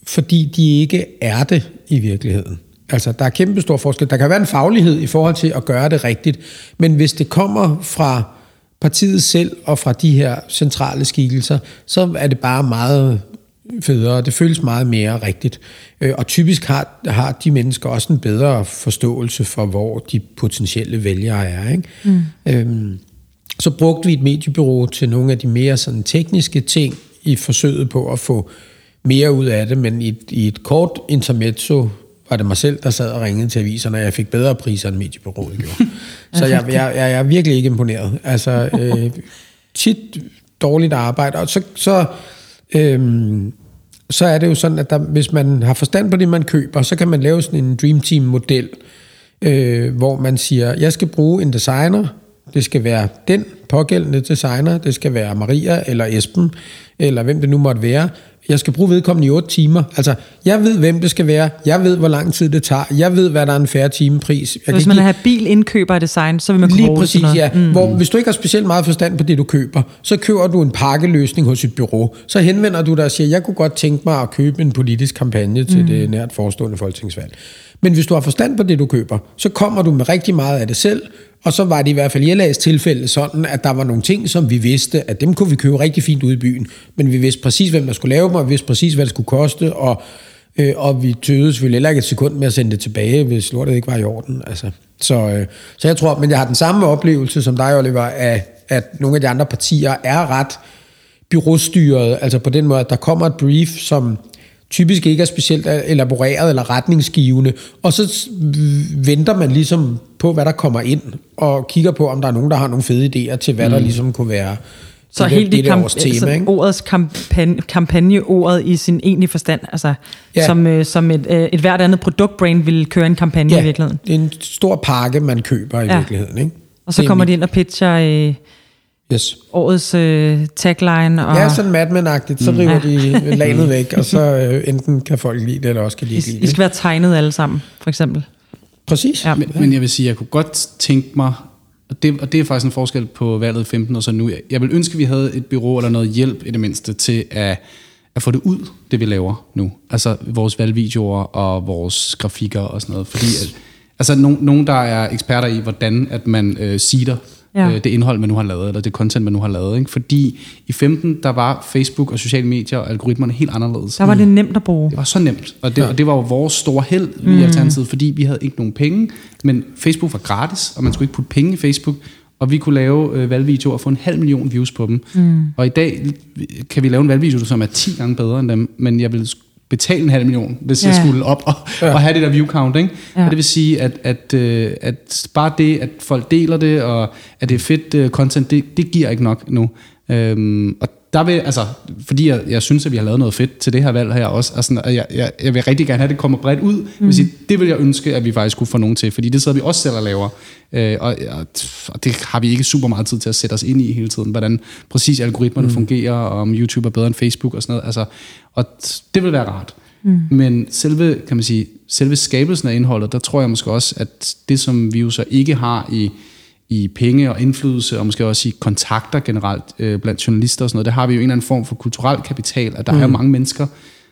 fordi de ikke er det i virkeligheden. Altså, der er kæmpe stor forskel. Der kan være en faglighed i forhold til at gøre det rigtigt, men hvis det kommer fra partiet selv og fra de her centrale skikkelser, så er det bare meget federe. Det føles meget mere rigtigt. Og typisk har, har de mennesker også en bedre forståelse for, hvor de potentielle vælgere er. Ikke? Mm. Øhm, så brugte vi et mediebureau til nogle af de mere sådan tekniske ting i forsøget på at få mere ud af det, men i, i et kort intermezzo var det mig selv, der sad og ringede til aviserne, og jeg fik bedre priser end mediebureauet gjorde. Så jeg, jeg, jeg, jeg er virkelig ikke imponeret. Altså, øh, tit dårligt arbejde, og så, så, øh, så er det jo sådan, at der, hvis man har forstand på det, man køber, så kan man lave sådan en Dream Team-model, øh, hvor man siger, jeg skal bruge en designer, det skal være den pågældende designer, det skal være Maria eller Esben, eller hvem det nu måtte være. Jeg skal bruge vedkommende i otte timer. Altså, jeg ved, hvem det skal være. Jeg ved, hvor lang tid det tager. Jeg ved, hvad der er en fair timepris. Jeg hvis man har bil indkøber af design, så vil man kunne lige præcis, ja. Mm. Hvor, hvis du ikke har specielt meget forstand på det, du køber, så køber du en pakkeløsning hos et bureau. Så henvender du dig og siger, jeg kunne godt tænke mig at købe en politisk kampagne til mm. det nært forestående folketingsvalg. Men hvis du har forstand på det, du køber, så kommer du med rigtig meget af det selv, og så var det i hvert fald i L A's tilfælde sådan, at der var nogle ting, som vi vidste, at dem kunne vi købe rigtig fint ude i byen, men vi vidste præcis, hvem der skulle lave dem, og vi vidste præcis, hvad det skulle koste, og, øh, og vi tøvede selvfølgelig heller ikke et sekund med at sende det tilbage, hvis lortet ikke var i orden. Altså, så, øh, så jeg tror, men jeg har den samme oplevelse som dig, Oliver, af, at nogle af de andre partier er ret bureaustyret, altså på den måde, at der kommer et brief, som typisk ikke er specielt elaboreret eller retningsgivende, og så venter man ligesom på, hvad der kommer ind, og kigger på, om der er nogen, der har nogle fede idéer til, hvad mm. der ligesom kunne være så det, helt det, det års tema. Så ordets kampagne, kampagneordet i sin egentlige forstand, altså ja. som, øh, som et, et hvert andet produktbrand vil køre en kampagne ja, i virkeligheden. Det er en stor pakke, man køber i ja. virkeligheden. Ikke? Og så kommer de ind og pitcher øh, yes. årets øh, tagline. Og ja, sådan Mad Men-agtigt. Så river mm. de landet væk, og så øh, enten kan folk lide det, eller også kan de ikke lide det. I skal være tegnet alle sammen, for eksempel. Præcis. Ja. Men, men jeg vil sige, jeg kunne godt tænke mig, og det, og det er faktisk en forskel på valget femten og så nu. Jeg vil ønske, at vi havde et bureau eller noget hjælp i det mindste til at, at få det ud, det vi laver nu. Altså vores valgvideoer og vores grafikker og sådan noget. Fordi at, altså nogen, nogen, der er eksperter i, hvordan at man øh, sider ja. øh, det indhold, man nu har lavet, eller det content, man nu har lavet. Ikke? Fordi i femten, der var Facebook og sociale medier og algoritmerne helt anderledes. Der var det nemt at bruge. Det var så nemt, og det, ja. og det var jo vores store held mm. i Alternativet, fordi vi havde ikke nogen penge, men Facebook var gratis, og man skulle ikke putte penge i Facebook, og vi kunne lave øh, valgvideoer og få en halv million views på dem. Mm. Og i dag kan vi lave en valgvideo, som er ti gange bedre end dem, men jeg vil betale en halv million, hvis ja. jeg skulle op og, ja. og have det der view count. Ikke? Ja. Og det vil sige, at, at, at, at bare det, at folk deler det, og at det er fedt uh, content, det, det giver ikke nok nu. Øhm, og der vil, altså, fordi jeg, jeg synes, at vi har lavet noget fedt til det her valg her også, altså, og jeg, jeg, jeg vil rigtig gerne have, at det kommer bredt ud. Mm. Vil sige, det vil jeg ønske, at vi faktisk kunne få nogen til, fordi det sidder vi også selv og laver. Øh, og, og det har vi ikke super meget tid til at sætte os ind i hele tiden, hvordan præcis algoritmerne mm. fungerer, og om YouTube er bedre end Facebook og sådan noget. Altså, og det vil være rart. Mm. Men selve, kan man sige, selve skabelsen af indholdet, der tror jeg måske også, at det, som vi jo så ikke har i i penge og indflydelse, og måske også i kontakter generelt øh, blandt journalister og sådan noget, der har vi jo en eller anden form for kulturel kapital, at der mm. er mange mennesker,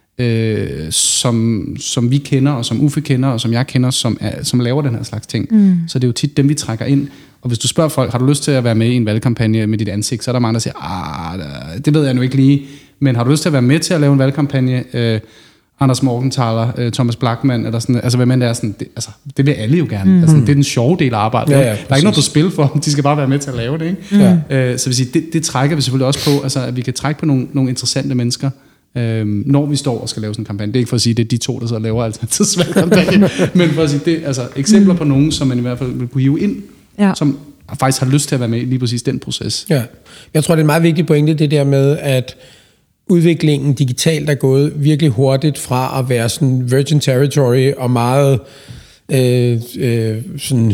øh, som, som vi kender, og som Uffe kender, og som jeg kender, som, er, som laver den her slags ting. Mm. Så det er jo tit dem, vi trækker ind. Og hvis du spørger folk, har du lyst til at være med i en valgkampagne med dit ansigt, så er der mange, der siger, ah, det ved jeg nu ikke lige, men har du lyst til at være med til at lave en valgkampagne, øh, Anders Morgenthaler, øh, Thomas Blachmann, eller sådan, altså hvad man er sådan, det, altså, det vil alle jo gerne. Mm. Altså, det er den sjove del af arbejdet. Ja, ja, der er ikke noget på spil for dem, de skal bare være med til at lave det. Ikke? Mm. Øh, så vil sige, det, det trækker vi selvfølgelig også på, altså, at vi kan trække på nogle, nogle interessante mennesker, øh, når vi står og skal lave sådan en kampagne. Det er ikke for at sige, det er de to, der så laver Alternativets valgkampagne, men for at sige, det altså eksempler mm. på nogen, som man i hvert fald vil kunne hive ind, ja. som faktisk har lyst til at være med i lige præcis den proces. Ja. Jeg tror, det er en meget vigtig pointe, det der med, at udviklingen digitalt er gået virkelig hurtigt fra at være sådan virgin territory og meget øh, øh, sådan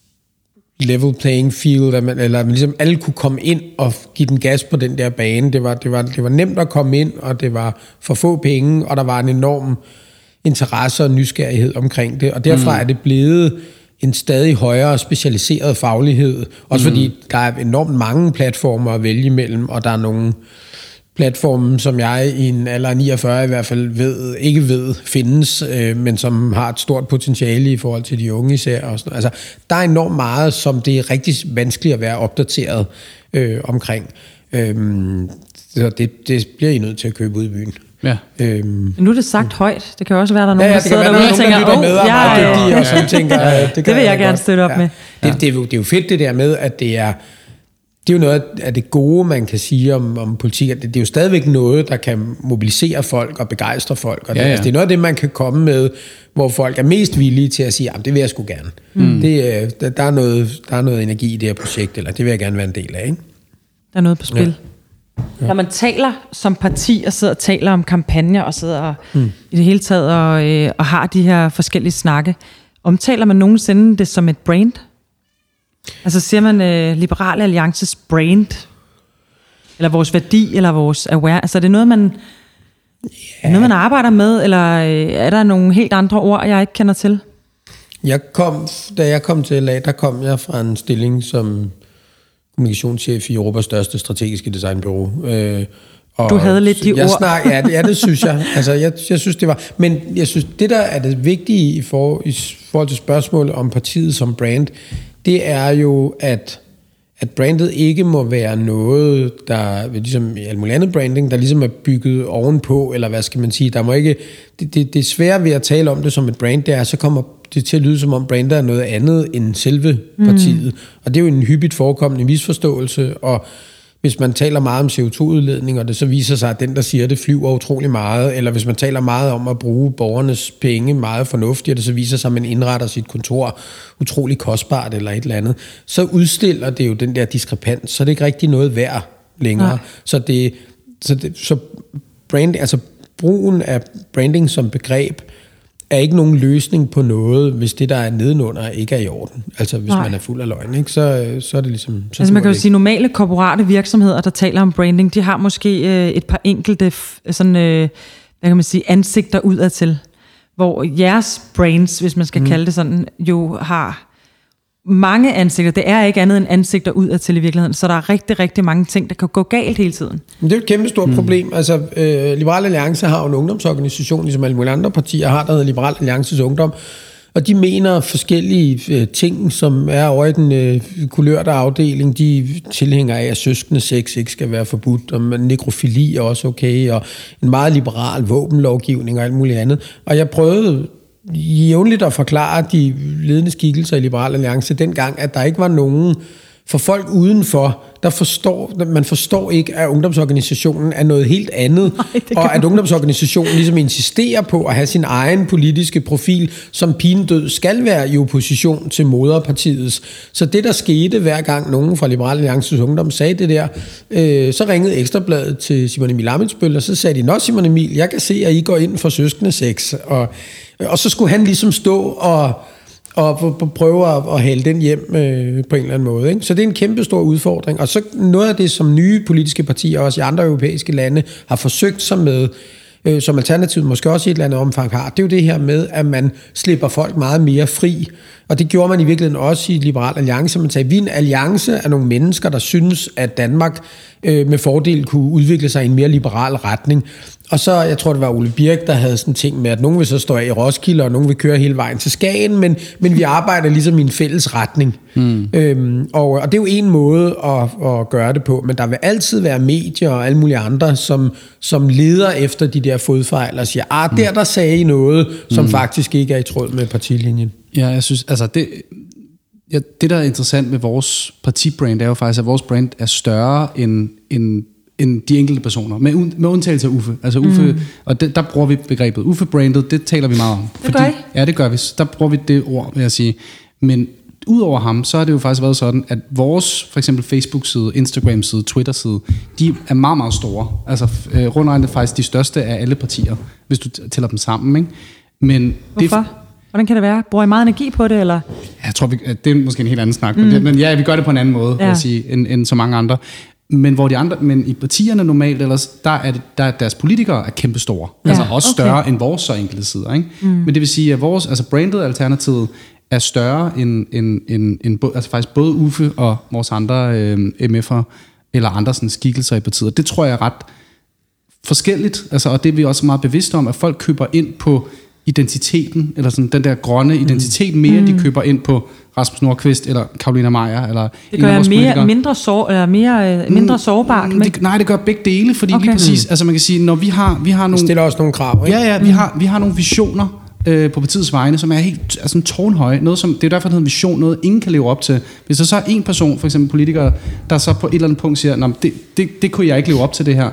level playing field, at man, eller at man ligesom alle kunne komme ind og give den gas på den der bane. Det var, det var, det var nemt at komme ind, og det var for få penge, og der var en enorm interesse og nysgerrighed omkring det. Og derfra mm. er det blevet en stadig højere specialiseret faglighed. Også mm. fordi der er enormt mange platformer at vælge imellem, og der er nogle platformen, som jeg i en alder af niogfyrre i hvert fald ved, ikke ved findes, øh, men som har et stort potentiale i forhold til de unge især. Og sådan. Altså, der er enormt meget, som det er rigtig vanskeligt at være opdateret øh, omkring. Øhm, så det, det bliver I nødt til at købe ud i byen. Ja. Øhm, nu er det sagt højt. Det kan også være, der er nogen, ja, ja, der sidder derude og tænker, åh, jeg er dygtig, og sådan tænker, ja, det, det vil jeg, jeg gerne støtte op ja. med. Ja. Det, det, er jo, det er jo fedt det der med, at det er, det er jo noget af det gode, man kan sige om, om politik. Det, det er jo stadigvæk noget, der kan mobilisere folk og begejstre folk. Og det, ja, ja. Altså, det er noget af det, man kan komme med, hvor folk er mest villige til at sige, jamen det vil jeg sgu gerne. Mm. Det, der, der, er noget, der er noget energi i det her projekt, eller det vil jeg gerne være en del af. Ikke? Der er noget på spil. Ja. Ja. Når man taler som parti og sidder og taler om kampagner og sidder og, mm. i det hele taget og, øh, og har de her forskellige snakke, omtaler man nogensinde det som et brand? Altså siger man øh, Liberal Alliances brand? Eller vores værdi, eller vores aware? Altså er det noget, man, ja. noget, man arbejder med, eller øh, er der nogle helt andre ord, jeg ikke kender til? Jeg kom, da jeg kom til L A, der kom jeg fra en stilling som kommunikationschef i Europas største strategiske designbureau. Øh, og du havde lidt de jeg ord. Snak, ja, det, ja, det synes jeg. Altså, jeg. Jeg synes, det var... Men jeg synes, det der er det vigtige i, for, i forhold til spørgsmålet om partiet som brand, det er jo, at, at brandet ikke må være noget, der, ligesom i alt muligt andet branding, der ligesom er bygget ovenpå, eller hvad skal man sige, der må ikke... Det, det, det er svært ved at tale om det som et brand, det er, så kommer det til at lyde som om brandet er noget andet end selve partiet. Mm. Og det er jo en hyppigt forekommende misforståelse, og hvis man taler meget om C O to udledning, og det så viser sig, at den, der siger det, flyver utrolig meget, eller hvis man taler meget om at bruge borgernes penge meget fornuftigt, og det så viser sig, at man indretter sit kontor utrolig kostbart eller et eller andet, så udstiller det jo den der diskrepans, så er det ikke rigtig noget værd længere. Nej. Så det, så det, så brand, altså brugen af branding som begreb er ikke nogen løsning på noget, hvis det, der er nedenunder, ikke er i orden. Altså, hvis Nej. man er fuld af løgn, ikke? Så, så er det ligesom... Så altså, man kan jo sige, normale korporate virksomheder, der taler om branding, de har måske øh, et par enkelte sådan, øh, hvad kan man sige, ansigter udadtil, hvor jeres brands, hvis man skal mm. kalde det sådan, jo har mange ansigter. Det er ikke andet end ansigter udadtil i virkeligheden, så der er rigtig, rigtig mange ting, der kan gå galt hele tiden. Men det er jo et kæmpe stort mm. problem. Altså, øh, Liberal Alliance har jo en ungdomsorganisation, ligesom alle mulige andre partier har, der hedder Liberal Alliances Ungdom, og de mener forskellige øh, ting, som er over i den øh, kulørte afdeling. De tilhænger af, at søskende sex ikke skal være forbudt, og nekrofili er også okay, og en meget liberal våbenlovgivning og alt muligt andet. Og jeg prøvede jævnligt at forklare de ledende skikkelser i Liberal Alliance dengang, at der ikke var nogen for folk udenfor, der forstår, man forstår ikke, at ungdomsorganisationen er noget helt andet, Nej, og at ungdomsorganisationen ligesom insisterer på at have sin egen politiske profil, som pinedød skal være i opposition til moderpartiets. Så det, der skete, hver gang nogen fra Liberal Alliances Ungdom sagde det der, øh, så ringede Ekstrabladet til Simon Emil Ammitzbøll, og så sagde de, nå Simon Emil, jeg kan se, at I går ind for søskende sex, og, og så skulle han ligesom stå og og prøve at, at hælde den hjem øh, på en eller anden måde. Ikke? Så det er en kæmpe stor udfordring. Og så noget af det, som nye politiske partier, også i andre europæiske lande, har forsøgt sig med, øh, som Alternativet måske også i et eller andet omfang har, det er jo det her med, at man slipper folk meget mere fri. Og det gjorde man i virkeligheden også i Liberal Alliance. Man sagde, vi er en alliance af nogle mennesker, der synes, at Danmark øh, med fordel kunne udvikle sig i en mere liberal retning. Og så, jeg tror, det var Ole Birk, der havde sådan ting med, at nogen vil så stå af i Roskilde, og nogen vil køre hele vejen til Skagen, men, men vi arbejder ligesom i en fælles retning. Mm. Øhm, og, og det er jo en måde at, at gøre det på, men der vil altid være medier og alle mulige andre, som, som leder efter de der fodfejl og siger, ah, der der sagde I noget, som mm. faktisk ikke er i tråd med partilinjen. Ja, jeg synes, altså det... Ja, det, der er interessant med vores partibrand, er jo faktisk, at vores brand er større end, end, end de enkelte personer, med, med undtagelse af Uffe. Altså Uffe, mm. og det, der bruger vi begrebet Uffe-brandet, det taler vi meget om. Det fordi, gør I? Ja, det gør vi. Der bruger vi det ord, vil jeg sige. Men udover ham, så har det jo faktisk været sådan, at vores, for eksempel Facebook-side, Instagram-side, Twitter-side, de er meget, meget store. Altså øh, rundt regnet faktisk de største af alle partier, hvis du tæller dem sammen, ikke? Men hvorfor? Det, hvordan kan det være? Bruger I meget energi på det, eller? Jeg tror, vi, det er måske en helt anden snak, mm. men, det, men ja, vi gør det på en anden måde, ja. vil jeg sige, end, end så mange andre. Men hvor de andre, men i partierne normalt ellers, der er, det, der er deres politikere er kæmpestore. Ja, altså også okay. større end vores så enkelte sider, ikke? Mm. Men det vil sige, at vores, altså brandet Alternativet er større end, end, end, end altså faktisk både Uffe og vores andre øh, M F'ere, eller andre sådan skikkelser i partiet. Det tror jeg er ret forskelligt, altså, og det er vi også meget bevidste om, at folk køber ind på identiteten, eller sådan den der grønne identitet, mere mm. de køber ind på Rasmus Nordqvist, eller Carolina Meyer, eller det gør jeg mere, mindre, sår, eller mere, mindre sårbart. Mm, det, nej, det gør begge dele, fordi okay. lige præcis, altså man kan sige, når vi har, vi har nogle... Det stiller også nogle krav, ikke? Ja, ja, vi, mm. har, vi har nogle visioner øh, på partiets vegne, som er helt altså, tårnhøje, noget som, det er derfor, det hedder vision, noget ingen kan leve op til. Hvis der så er en person, for eksempel politikere, der så på et eller andet punkt siger, det, det, det kunne jeg ikke leve op til det her,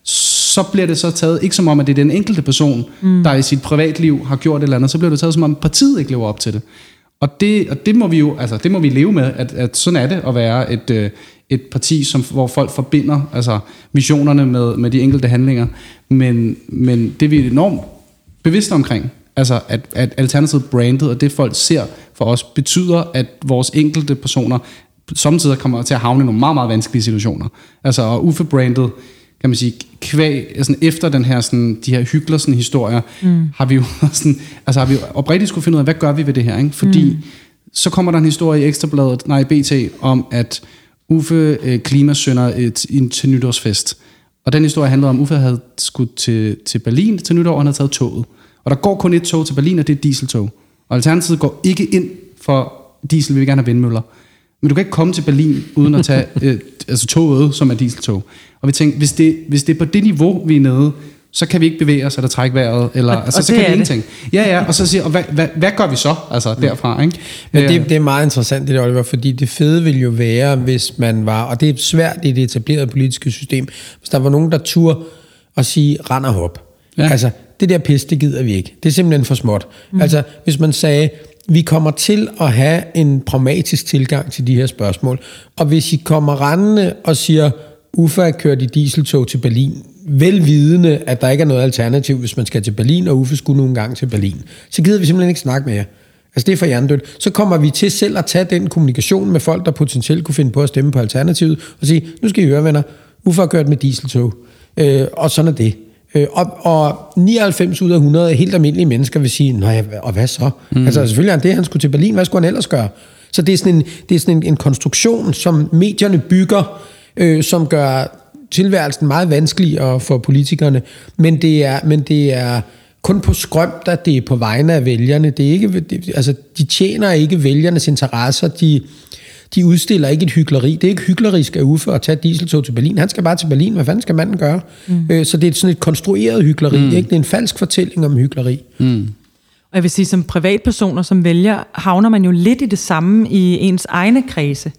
så bliver det så taget, ikke som om, at det er den enkelte person, mm. der i sit privatliv har gjort et eller andet, så bliver det taget som om, partiet ikke lever op til det. Og det, og det må vi jo, altså det må vi leve med, at, at sådan er det at være et, et parti, som, hvor folk forbinder altså visionerne med, med de enkelte handlinger. Men, men det vi er enormt bevidste omkring, altså at, at Alternativet brandet, og det folk ser for os, betyder, at vores enkelte personer samtidig kommer til at havne i nogle meget, meget vanskelige situationer. Altså og Uffe-brandet, kan man sige, kvæg, sådan efter den her, sådan, de her Hyglersen historier, mm. har vi jo sådan, altså har vi oprigtigt skulle finde ud af, hvad gør vi ved det her, ikke? Fordi mm. så kommer der en historie i Ekstrabladet, nej, B T, om at Uffe øh, klimasønder et, et, til nytårsfest. Og den historie handlede om, at Uffe havde skudt til, til Berlin til nytår, og han havde taget toget. Og der går kun et tog til Berlin, og det er et dieseltog. Og Alternativet går ikke ind for diesel, vi vil gerne have vindmøller. Men du kan ikke komme til Berlin uden at tage øh, altså toget, som er dieseltog. Og vi tænkte, hvis det, hvis det er på det niveau, vi er nede, så kan vi ikke bevæge os eller trække vejret, eller og, altså, og så kan vi ingenting. Ja, ja, og så siger, og hvad, hvad, hvad gør vi så, altså derfra, ikke? Men det, det er meget interessant, det der, Oliver, fordi det fede ville jo være, hvis man var, og det er svært i det etablerede politiske system, hvis der var nogen, der turde at sige, rend og hop. Ja. Altså, det der pis, det gider vi ikke. Det er simpelthen for småt. Mm. Altså, hvis man sagde, vi kommer til at have en pragmatisk tilgang til de her spørgsmål, og hvis I kommer rendende og siger, Uffe har kørt i dieseltog til Berlin, velvidende, at der ikke er noget alternativ, hvis man skal til Berlin, og Uffe skulle nogle gange til Berlin, så gider vi simpelthen ikke snakke mere. Altså det er for hjernedødt. Så kommer vi til selv at tage den kommunikation med folk, der potentielt kunne finde på at stemme på alternativet, og sige, nu skal I høre, venner, Uffe har kørt med dieseltog, øh, og sådan er det. Og, og nioghalvfems ud af hundrede helt almindelige mennesker vil sige, nej, og hvad så? Mm. Altså selvfølgelig er det, han skulle til Berlin, hvad skulle han ellers gøre? Så det er sådan en, det er sådan en, en konstruktion, som medierne bygger, øh, som gør tilværelsen meget vanskeligere for politikerne, men det er, men det er kun på skrømt, at det er på vegne af vælgerne. Det er ikke, det, altså, de tjener ikke vælgernes interesser, de De udstiller ikke et hykleri. Det er ikke hyklerisk af Uffe at tage dieseltog til Berlin. Han skal bare til Berlin. Hvad fanden skal manden gøre? Mm. Så det er sådan et konstrueret hykleri. Mm. Ikke? Det er en falsk fortælling om hykleri. Mm. Og jeg vil sige, som privatpersoner, som vælger, havner man jo lidt i det samme i ens egne kredse.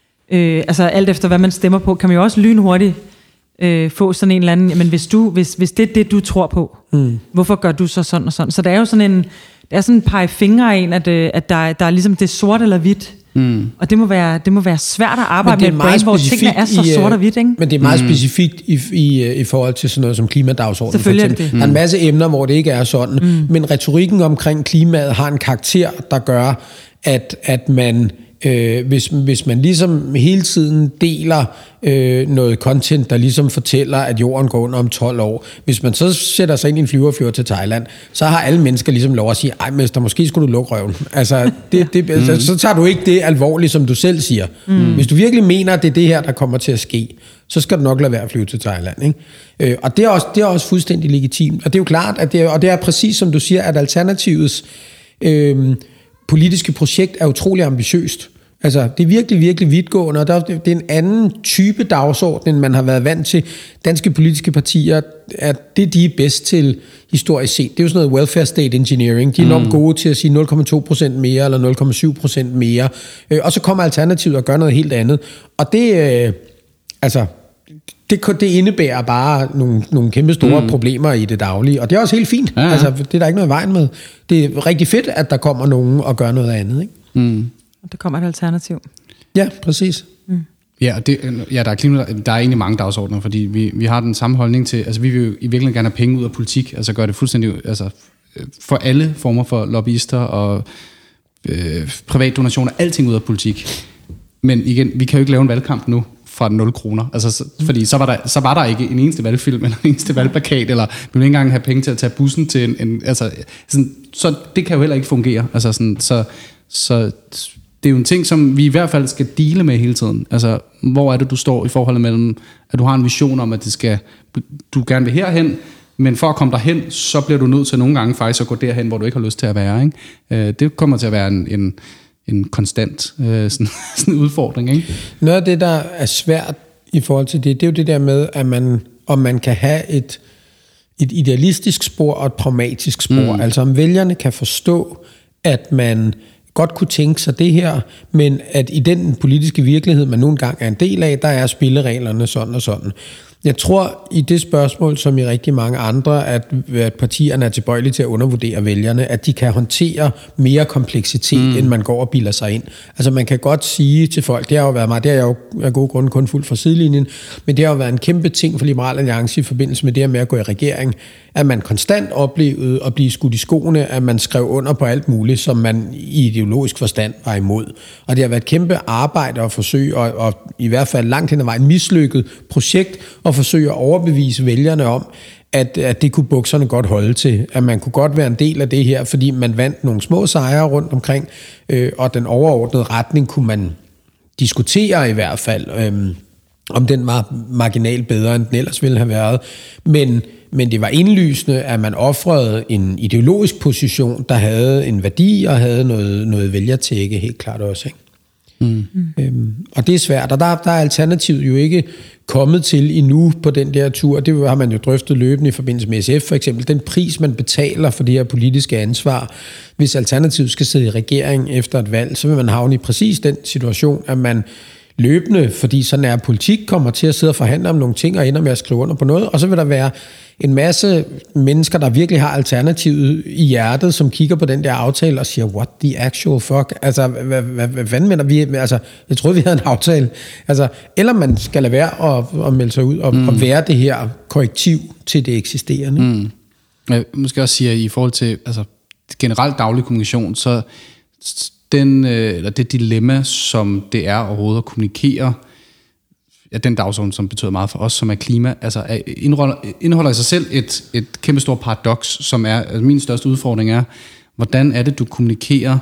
Øh, altså alt efter, hvad man stemmer på, kan man jo også lynhurtigt øh, få sådan en eller anden, jamen hvis, du, hvis, hvis det er det, du tror på, mm. hvorfor gør du så sådan og sådan? Så der er jo sådan en, der er sådan en pege fingre af en, at, at der, der er ligesom det sort eller hvidt. Mm. Og det må være det må være svært at arbejde med et brain, hvor tingene er så sort og hvidt, ikke? Men det er meget mm. specifikt i, i, i forhold til sådan noget som klimadagsordenen. Selvfølgelig er det. Der er en masse emner, hvor det ikke er sådan, mm. men retorikken omkring klimaet har en karakter, der gør, at, at man Øh, hvis, hvis man ligesom hele tiden deler øh, noget content, der ligesom fortæller, at jorden går under om tolv år. Hvis man så sætter sig ind i en flyverfjord til Thailand, så har alle mennesker ligesom lov at sige, ej mester, måske skulle du lukke røven. Altså, det, det, mm. altså, så tager du ikke det alvorligt, som du selv siger. Mm. Hvis du virkelig mener, at det er det her, der kommer til at ske, så skal du nok lade være at flyve til Thailand. Ikke? Øh, og det er, også, det er også fuldstændig legitimt. Og det er jo klart, at det er, og det er præcis som du siger, at alternativets øh, politiske projekt er utrolig ambitiøst. Altså, det er virkelig, virkelig vidtgående, og der, det er en anden type dagsorden, end man har været vant til. Danske politiske partier, at det, de er bedst til historisk set, det er jo sådan noget welfare state engineering. De er enormt mm. gode til at sige nul komma to procent mere, eller nul komma syv procent mere. Og så kommer alternativet og gør noget helt andet. Og det, øh, altså... Det, det indebærer bare nogle, nogle kæmpe store mm. problemer i det daglige, og det er også helt fint. Ja, ja. Altså, det er der ikke noget i vejen med. Det er rigtig fedt, at der kommer nogen og gør noget andet. Ikke? Mm. Og der kommer et alternativ. Ja, præcis. Mm. Ja, det, ja der, er klima, der er egentlig mange dagsordner, fordi vi, vi har den samme holdning til, altså vi vil jo i virkeligheden gerne have penge ud af politik, altså gøre det fuldstændig, altså for alle former for lobbyister og øh, privatdonationer, alting ud af politik. Men igen, vi kan jo ikke lave en valgkamp nu fra nul kroner. Altså, så, fordi så var, der, så var der ikke en eneste valgfilm, eller en eneste valgplakat, eller vi ville ikke engang have penge til at tage bussen til en... en altså, sådan, så det kan jo heller ikke fungere. Altså, sådan, så, så det er jo en ting, som vi i hvert fald skal dele med hele tiden. Altså, hvor er det, du står i forholdet mellem, at du har en vision om, at det skal, du gerne vil herhen, men for at komme derhen, så bliver du nødt til nogle gange faktisk at gå derhen, hvor du ikke har lyst til at være. Ikke? Det kommer til at være en, en, en konstant øh, sådan, sådan udfordring. Ikke? Noget af det, der er svært i forhold til det, det er jo det der med, at man, om man kan have et, et idealistisk spor og et pragmatisk spor. Mm. Altså om vælgerne kan forstå, at man godt kunne tænke sig det her, men at i den politiske virkelighed, man nogle gange er en del af, der er spillereglerne sådan og sådan. Jeg tror i det spørgsmål, som i rigtig mange andre, at, at partierne er tilbøjelige til at undervurdere vælgerne, at de kan håndtere mere kompleksitet, mm. end man går og bilder sig ind. Altså man kan godt sige til folk, det har jo været meget, det har jeg jo af gode grunde kun fuldt fra sidelinjen, men det har jo været en kæmpe ting for Liberal Alliance i forbindelse med det her med at gå i regering, at man konstant oplevede at blive skudt i skoene, at man skrev under på alt muligt, som man i ideologisk forstand var imod. Og det har været et kæmpe arbejde at forsøge, og, og i hvert fald langt hen ad vejen mislykket projekt, at forsøge at overbevise vælgerne om, at, at det kunne bukserne godt holde til, at man kunne godt være en del af det her, fordi man vandt nogle små sejre rundt omkring, øh, og den overordnede retning kunne man diskutere i hvert fald, øh, om den var marginalt bedre, end den ellers ville have været. Men, men det var indlysende, at man ofrede en ideologisk position, der havde en værdi og havde noget, noget vælgertække, helt klart også, ikke? Mm. Øhm, og det er svært, og der, der er alternativet jo ikke kommet til endnu på den der tur. Det har man jo drøftet løbende i forbindelse med S F for eksempel. Den pris, man betaler for det her politiske ansvar, hvis alternativet skal sidde i regering efter et valg, så vil man havne i præcis den situation, at man løbende, fordi sådan er politik, kommer til at sidde og forhandle om nogle ting og ender med at skrive under på noget, og så vil der være en masse mennesker, der virkelig har alternativet i hjertet, som kigger på den der aftale og siger, what the actual fuck? Altså, hvad, hvad, hvad fanden mener vi? Altså, jeg troede, vi havde en aftale. Altså, eller man skal lade være at, at melde sig ud og, mm. og være det her korrektiv til det eksisterende. Mm. Jeg måske også sige, at i forhold til altså, generelt daglig kommunikation, så den, eller det dilemma, som det er overhovedet at kommunikere, ja, den dagsorden, som betyder meget for os, som er klima, altså indeholder, indeholder i sig selv et, et kæmpe stort paradoks, som er, altså min største udfordring er, hvordan er det, du kommunikerer,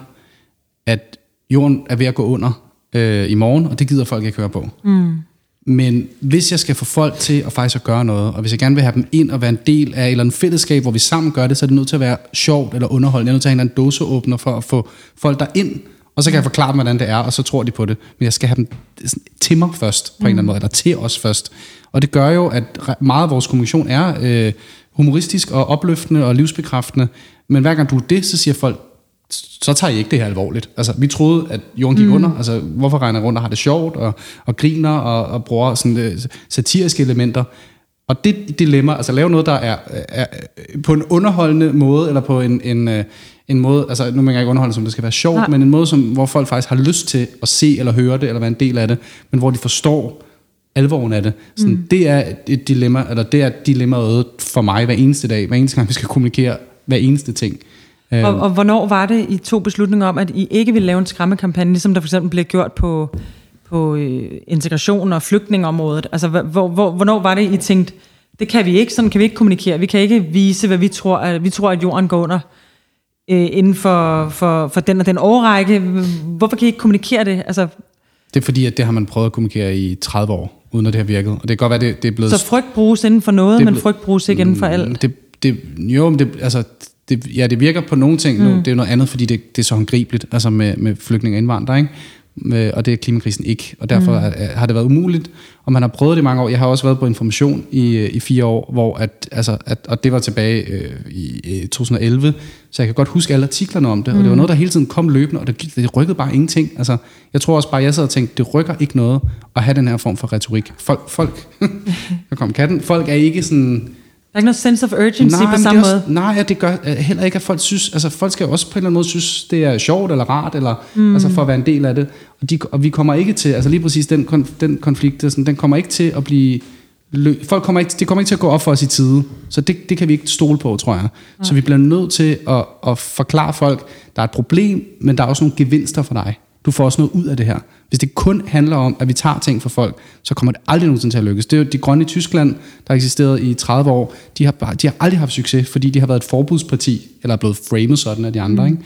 at jorden er ved at gå under øh, i morgen, og det gider folk ikke høre på. Mm. Men hvis jeg skal få folk til at faktisk at gøre noget, og hvis jeg gerne vil have dem ind og være en del af et eller andet fællesskab, hvor vi sammen gør det, så er det nødt til at være sjovt eller underholdende. Jeg er nødt til at have en dåseåbner for at få folk derind, og så kan jeg forklare dem, hvordan det er, og så tror de på det. Men jeg skal have dem til mig først, på en eller anden måde, eller til os først. Og det gør jo, at meget af vores kommunikation er øh, humoristisk og opløftende og livsbekræftende. Men hver gang du er det, så siger folk, så tager I ikke det her alvorligt. Altså, vi troede, at jorden gik mm. under. Altså, hvorfor regner rundt og har det sjovt, og, og griner, og, og bruger sådan, øh, satiriske elementer. Og det dilemma, altså lave noget, der er, er på en underholdende måde, eller på en, en, en måde, altså nu mener jeg ikke underholdende, som det skal være sjovt, Nej. men en måde, som, hvor folk faktisk har lyst til at se eller høre det, eller være en del af det, men hvor de forstår alvoren af det. Sådan, mm. Det er et dilemma, eller det er dilemmaet for mig hver eneste dag, hver eneste gang, vi skal kommunikere hver eneste ting. Og, og hvornår var det, I tog beslutninger om, at I ikke ville lave en skræmmekampagne, ligesom der for eksempel blev gjort på, på øh, integration og flygtningeområdet? Altså, hvor, hvor, hvornår var det, I tænkte, det kan vi ikke, sådan kan vi ikke kommunikere. Vi kan ikke vise, hvad vi tror, at vi tror, at jorden går under øh, inden for, for, for den og den årrække. Hvorfor kan I ikke kommunikere det? Altså, det er fordi, at det har man prøvet at kommunikere i tredive år, uden at det har virket. Og det kan godt være, det, det er blevet... Så frygt bruges inden for noget, men frygt bruges ikke inden for alt? Det, det, jo, men det, altså, det, ja, det virker på nogle ting. Mm. Nu, det er noget andet, fordi det, det er så håndgribeligt, altså med, med flygtninge og indvandrere, ikke? Og det er klimakrisen ikke, og derfor mm. har det været umuligt, og man har prøvet det i mange år. Jeg har også været på Information i, i fire år, hvor at, altså, at, og det var tilbage øh, i, i to tusind og elleve, så jeg kan godt huske alle artiklerne om det, mm. og det var noget, der hele tiden kom løbende, og det, det rykkede bare ingenting. Altså, jeg tror også bare, jeg sad og tænkte, det rykker ikke noget at have den her form for retorik. Folk, folk, der kom katten, folk er ikke sådan... Der er ikke noget sense of urgency nej, på samme også, måde? Nej, ja, det gør heller ikke, at folk synes... Altså, folk skal jo også på en eller anden måde synes, det er sjovt eller rart, eller, mm. altså for at være en del af det. Og, de, og vi kommer ikke til... Altså lige præcis den, den konflikt, sådan, den kommer ikke til at blive... Folk kommer ikke, det kommer ikke til at gå op for os i tide. Så det, det kan vi ikke stole på, tror jeg. Okay. Så vi bliver nødt til at, at forklare folk, der er et problem, men der er også nogle gevinster for dig. Du får også noget ud af det her. Hvis det kun handler om, at vi tager ting fra folk, så kommer det aldrig nogensinde til at lykkes. Det er jo de grønne i Tyskland, der har eksisteret i tredive år. De har, de har aldrig haft succes, fordi de har været et forbudsparti, eller er blevet framet sådan af de andre. Mm. Ikke?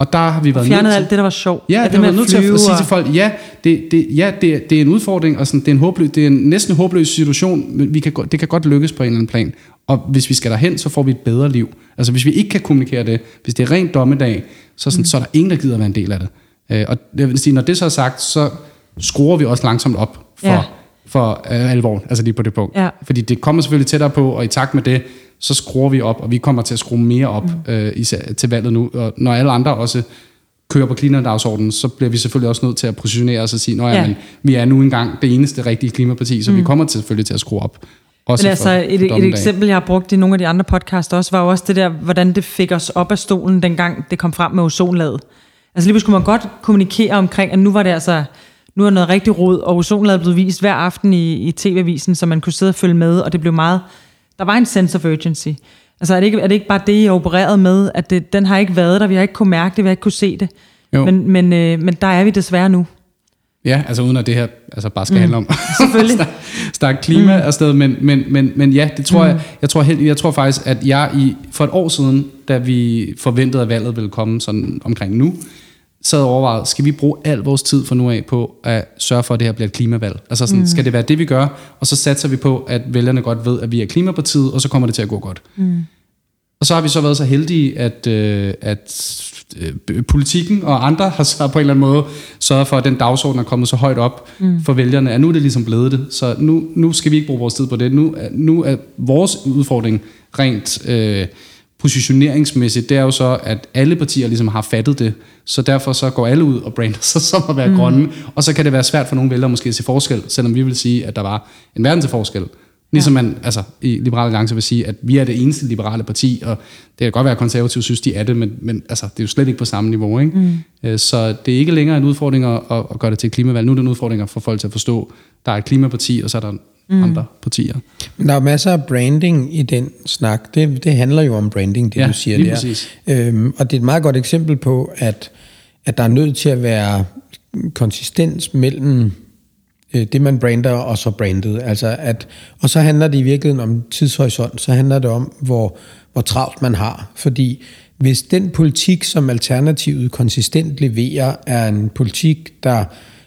Og der har vi været fjernet nødt til... alt det, der var sjovt. Ja, det har været nødt til at, at sige til folk, ja, det, det, ja, det, det er en udfordring, og sådan, det, er en håbløs, det er en næsten håbløs situation, men vi kan, det kan godt lykkes på en eller anden plan. Og hvis vi skal derhen, så får vi et bedre liv. Altså hvis vi ikke kan kommunikere det, hvis det er rent dommedag, så, sådan, mm. så er der ingen, der gider være en del af det. Øh, og det vil sige, når det så er sagt, så skruer vi også langsomt op for, ja. for øh, alvoren, altså lige på det punkt. Ja. Fordi det kommer selvfølgelig tættere på, og i takt med det, så skruer vi op, og vi kommer til at skrue mere op mm. øh, især, til valget nu. Og når alle andre også kører på klimadagsordenen, så bliver vi selvfølgelig også nødt til at positionere os og sige, nå ja, ja. Men vi er nu engang det eneste rigtige klimaparti, så mm. vi kommer til, selvfølgelig til at skrue op. Også men altså et, et eksempel, jeg har brugt i nogle af de andre podcasts også, var jo også det der, hvordan det fik os op af stolen, dengang det kom frem med ozonlaget. Altså lige pludselig kunne man godt kommunikere omkring, at nu var det altså, nu er noget rigtig rod, og ozonlaget blev vist hver aften i, i tv-avisen, så man kunne sidde og følge med, og det blev meget, der var en sense of urgency. Altså er det ikke, er det ikke bare det, jeg opererede med, at det, den har ikke været der, vi har ikke kunne mærke det, vi har ikke kunne se det. Men, men, øh, men der er vi desværre nu. Ja, altså uden at det her altså bare skal mm. handle om selvfølgelig starte klima mm. afsted, men, men, men, men ja, det tror mm. jeg, jeg tror, helt, jeg tror faktisk, at jeg i, for et år siden, da vi forventede, at valget ville komme sådan omkring nu, så havde overvejet, skal vi bruge al vores tid fra nu af på at sørge for, at det her bliver et klimavalg? Altså sådan, mm. skal det være det, vi gør, og så satser vi på, at vælgerne godt ved, at vi er klimapartiet, og så kommer det til at gå godt. Mm. Og så har vi så været så heldige, at, øh, at øh, politikken og andre har så på en eller anden måde sørget for, at den dagsorden er kommet så højt op mm. for vælgerne, at nu er det ligesom blevet det. Så nu, nu skal vi ikke bruge vores tid på det. Nu, nu er vores udfordring rent øh, positioneringsmæssigt, det er jo så, at alle partier ligesom har fattet det, så derfor så går alle ud og brander sig som at være mm. grønne, og så kan det være svært for nogle vælgere måske at se forskel, selvom vi vil sige, at der var en verden til forskel. Ligesom man altså, i Liberale Alliance vil sige, at vi er det eneste liberale parti, og det kan godt være, at konservative synes, de er det, men, men altså, det er jo slet ikke på samme niveau. Ikke? Mm. Så det er ikke længere en udfordring at, at gøre det til et klimavalg. Nu er det en udfordring for folk til at forstå, at der er et klimaparti, og så er der mm. andre partier. Men der er masser af branding i den snak. Det, det handler jo om branding, det ja, du siger der. Øhm, og det er et meget godt eksempel på, at, at der er nødt til at være konsistens mellem det man brander og så brandet. Altså at, og så handler det i virkeligheden om tidshorisont, så handler det om, hvor, hvor travlt man har. Fordi hvis den politik, som Alternativet konsistent leverer, er en politik, der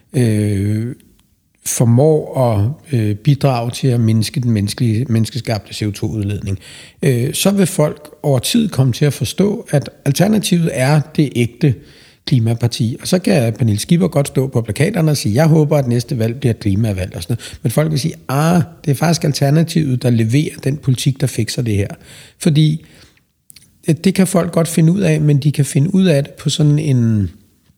øh, formår at øh, bidrage til at mindske den menneskelige, menneskeskabte C O to udledning, øh, så vil folk over tid komme til at forstå, at Alternativet er det ægte klimaparti. Og så kan Pernille Skipper godt stå på plakaterne og sige, jeg håber, at næste valg bliver et klimavalg og sådan noget. Men folk vil sige, ah, det er faktisk Alternativet, der leverer den politik, der fikser det her. Fordi det kan folk godt finde ud af, men de kan finde ud af det på sådan en,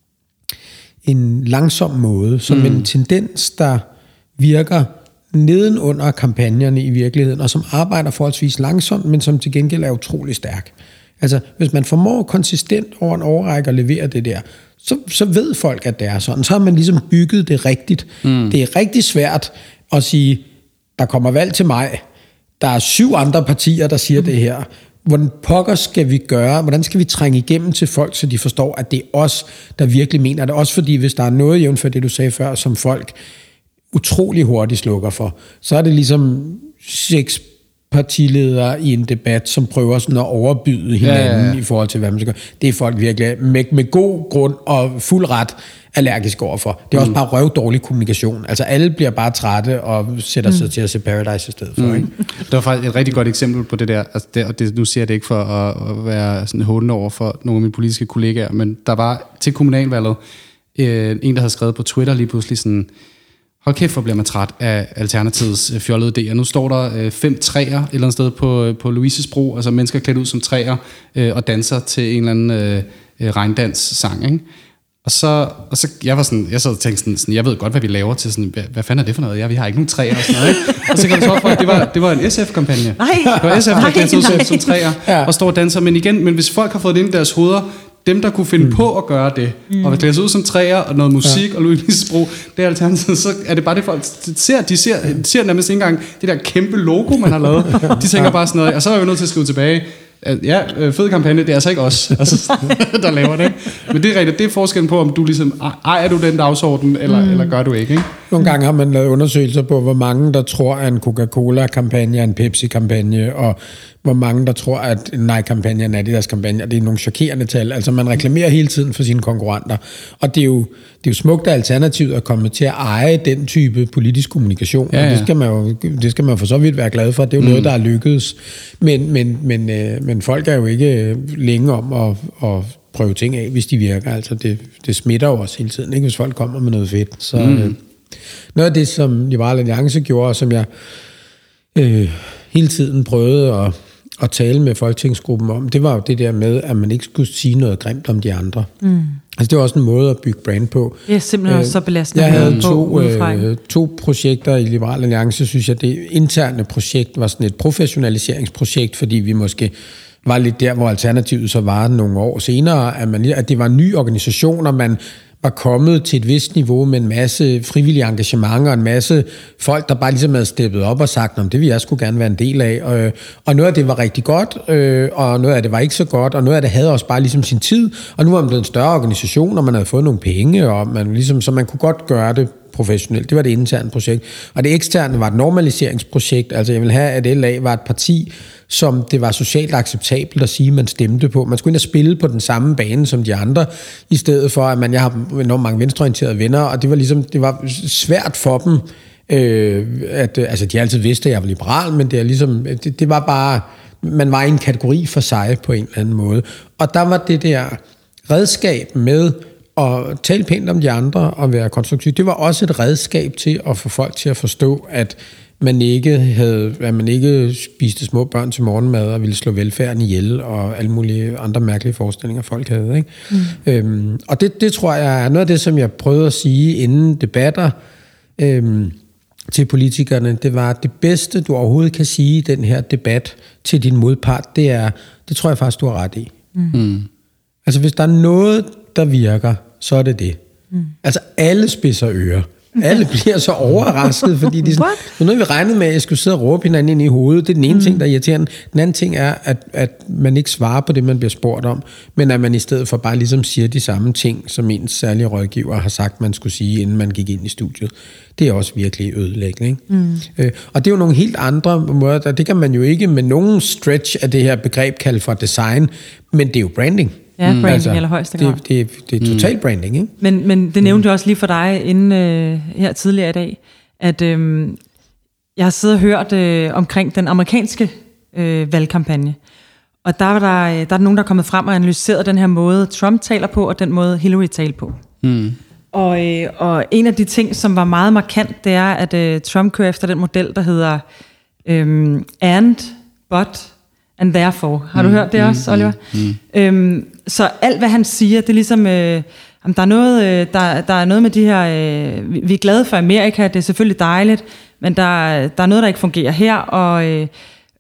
en langsom måde, som mm. en tendens, der virker nedenunder kampagnerne i virkeligheden, og som arbejder forholdsvis langsomt, men som til gengæld er utrolig stærk. Altså, hvis man formår konsistent over en årrække at levere det der, så, så ved folk, at det er sådan. Så har man ligesom bygget det rigtigt. Mm. Det er rigtig svært at sige, der kommer valg til mig. Der er syv andre partier, der siger mm. det her. Hvordan pokker skal vi gøre? Hvordan skal vi trænge igennem til folk, så de forstår, at det er os, der virkelig mener det? Også fordi, hvis der er noget, jævnfør det, du sagde før, som folk utrolig hurtigt slukker for, så er det ligesom seks partiledere i en debat, som prøver sådan at overbyde hinanden ja, ja, ja. i forhold til, hvad man skal gøre. Det er folk virkelig med, med god grund og fuld ret allergisk overfor. Det er mm. også bare røvdårlig kommunikation. Altså alle bliver bare trætte og sætter mm. sig til at se Paradise i stedet for. Mm. Ikke? Det var faktisk et rigtig godt eksempel på det der, altså det, og det, nu siger jeg det ikke for at, at være sådan håndende over for nogle af mine politiske kollegaer, men der var til kommunalvalget øh, en, der havde skrevet på Twitter lige pludselig sådan, hold kæft, hvor bliver man træt af Alternativets fjollede idéer. Nu står der øh, fem træer et eller andet sted på, på Louises Bro, altså mennesker klædt ud som træer øh, og danser til en eller anden øh, regndans-sang, ikke? Og så, og så jeg var sådan, jeg sad og tænkte sådan, sådan, jeg ved godt, hvad vi laver til sådan, hvad, hvad fanden er det for noget? Ja, vi har ikke nogen træer og sådan noget, ikke? Og så kan du så for, at det var, det var en S F-kampagne. Nej, det var S F, der klædte ud som træer ja. og står og danser. Men igen, men hvis folk har fået det ind i deres hoveder, dem, der kunne finde mm. på at gøre det, mm. og klæde sig ud som træer, og noget musik, ja. og Louise Bro, det er Alternativet, så er det bare det, folk ser. De ser, de ser nærmest ikke engang det der kæmpe logo, man har lavet. De tænker bare sådan noget, og så er vi nødt til at skrive tilbage, Ja, fed kampagne, det er altså ikke os, altså, der laver det. Men det er rigtigt, det er forskellen på, om du ligesom, ejer du den dagsorden, eller, mm. eller gør du ikke, ikke? Nogle gange har man lavet undersøgelser på, hvor mange der tror, at en Coca-Cola-kampagne er en Pepsi-kampagne, og hvor mange der tror, at en Nike-kampagne er en Adidas-kampagne, og det er nogle chokerende tal. Altså man reklamerer hele tiden for sine konkurrenter, og det er jo, det er jo smukt alternativt at komme til at eje den type politisk kommunikation, ja, ja. Og det skal man jo det skal man jo for så vidt være glad for. Det er jo mm. noget, der er lykkedes. Men, men, men, øh, men folk er jo ikke længe om at, at prøve ting af, hvis de virker. Altså det, det smitter jo også hele tiden, ikke? Hvis folk kommer med noget fedt. Så mm. øh, noget af det, som Liberal Alliance gjorde, og som jeg øh, hele tiden prøvede at at tale med folketingsgruppen om, det var jo det der med, at man ikke skulle sige noget grimt om de andre. Mm. Altså det var også en måde at bygge brand på. Det er simpelthen også så belastende. Jeg havde to, øh, to projekter i Liberal Alliance, synes jeg, det interne projekt var sådan et professionaliseringsprojekt, fordi vi måske var lidt der, hvor alternativet så var nogle år senere, at, man, at det var en ny organisation, og man var kommet til et vist niveau med en masse frivillige engagementer, en masse folk, der bare ligesom havde steppet op og sagt, det vil jeg sgu gerne være en del af. Og, og noget af det var rigtig godt, øh, og noget af det var ikke så godt, og noget af det havde også bare ligesom sin tid. Og nu var man blevet en større organisation, og man havde fået nogle penge, og man ligesom, så man kunne godt gøre det professionelt. Det var det interne projekt. Og det eksterne var et normaliseringsprojekt. Altså jeg vil have, at L A var et parti, som det var socialt acceptabelt at sige, man stemte på. Man skulle ind og spille på den samme bane som de andre, i stedet for, at man, jeg har enormt mange venstreorienterede venner, og det var ligesom, det var svært for dem, øh, at, altså de har altid vidste, at jeg var liberal, men det er ligesom, det, det var bare, man var i en kategori for sig på en eller anden måde. Og der var det der redskab med at tale pænt om de andre og være konstruktiv. Det var også et redskab til at få folk til at forstå, at man ikke havde, at man ikke spiste små børn til morgenmad og ville slå velfærden ihjel og alle mulige andre mærkelige forestillinger, folk havde. Ikke? Mm. Øhm, og det, det tror jeg er noget af det, som jeg prøvede at sige inden debatter øhm, til politikerne. Det var det bedste, du overhovedet kan sige i den her debat til din modpart. Det er, det tror jeg faktisk, du har ret i. Mm. Altså hvis der er noget, der virker, så er det det. Mm. Altså alle spidser ører. Alle bliver så overrasket, fordi de sådan, det er noget, vi regnede med, at jeg skulle sidde og råbe hinanden ind i hovedet. Det er den ene mm. ting, der er irriterende. Den anden ting er, at, at man ikke svarer på det, man bliver spurgt om, men at man i stedet for bare ligesom siger de samme ting, som ens særlige rådgiver har sagt, man skulle sige, inden man gik ind i studiet. Det er også virkelig ødelæggende. Ikke? Mm. Øh, og det er jo nogle helt andre måder. Det kan man jo ikke med nogen stretch af det her begreb kalde for design, men det er jo branding. Ja, branding altså, i allerhøjeste grad. Det, det, det er total branding, ikke? Men, men det nævnte du også lige for dig inden øh, her tidligere i dag, at øh, jeg har siddet og hørt øh, omkring den amerikanske øh, valgkampagne. Og der var der, der er nogen, der er kommet frem og analyseret den her måde, Trump taler på, og den måde, Hillary taler på. Mm. Og, øh, og en af de ting, som var meget markant, det er, at øh, Trump kører efter den model, der hedder øh, and, but and therefore. Har du mm, hørt det mm, også, Oliver? Mm, mm. Øhm, så alt, hvad han siger, det er ligesom, øh, der, er noget, øh, der, der er noget med de her, øh, vi er glade for Amerika, det er selvfølgelig dejligt, men der, der er noget, der ikke fungerer her, og øh,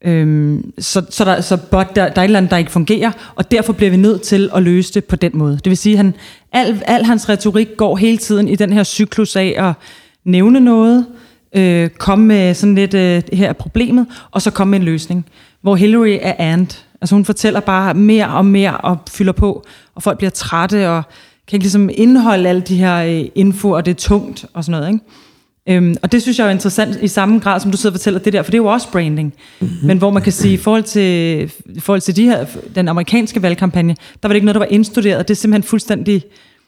øh, så, så, der, så but, der, der er et eller andet, der ikke fungerer, og derfor bliver vi nødt til at løse det på den måde. Det vil sige, at han, al, al hans retorik går hele tiden i den her cyklus af at nævne noget, øh, komme med sådan lidt, øh, her er problemet, og så komme med en løsning. Hvor Hillary er and. Altså hun fortæller bare mere og mere og fylder på, og folk bliver trætte og kan ikke ligesom indeholde alle de her info, og det er tungt og sådan noget, ikke? Øhm, og det synes jeg er interessant i samme grad, som du sidder og fortæller det der, for det er jo også branding. Mm-hmm. Men hvor man kan sige, i forhold til, i forhold til de her, den amerikanske valgkampagne, der var det ikke noget, der var indstuderet. Det er simpelthen fuldstændig,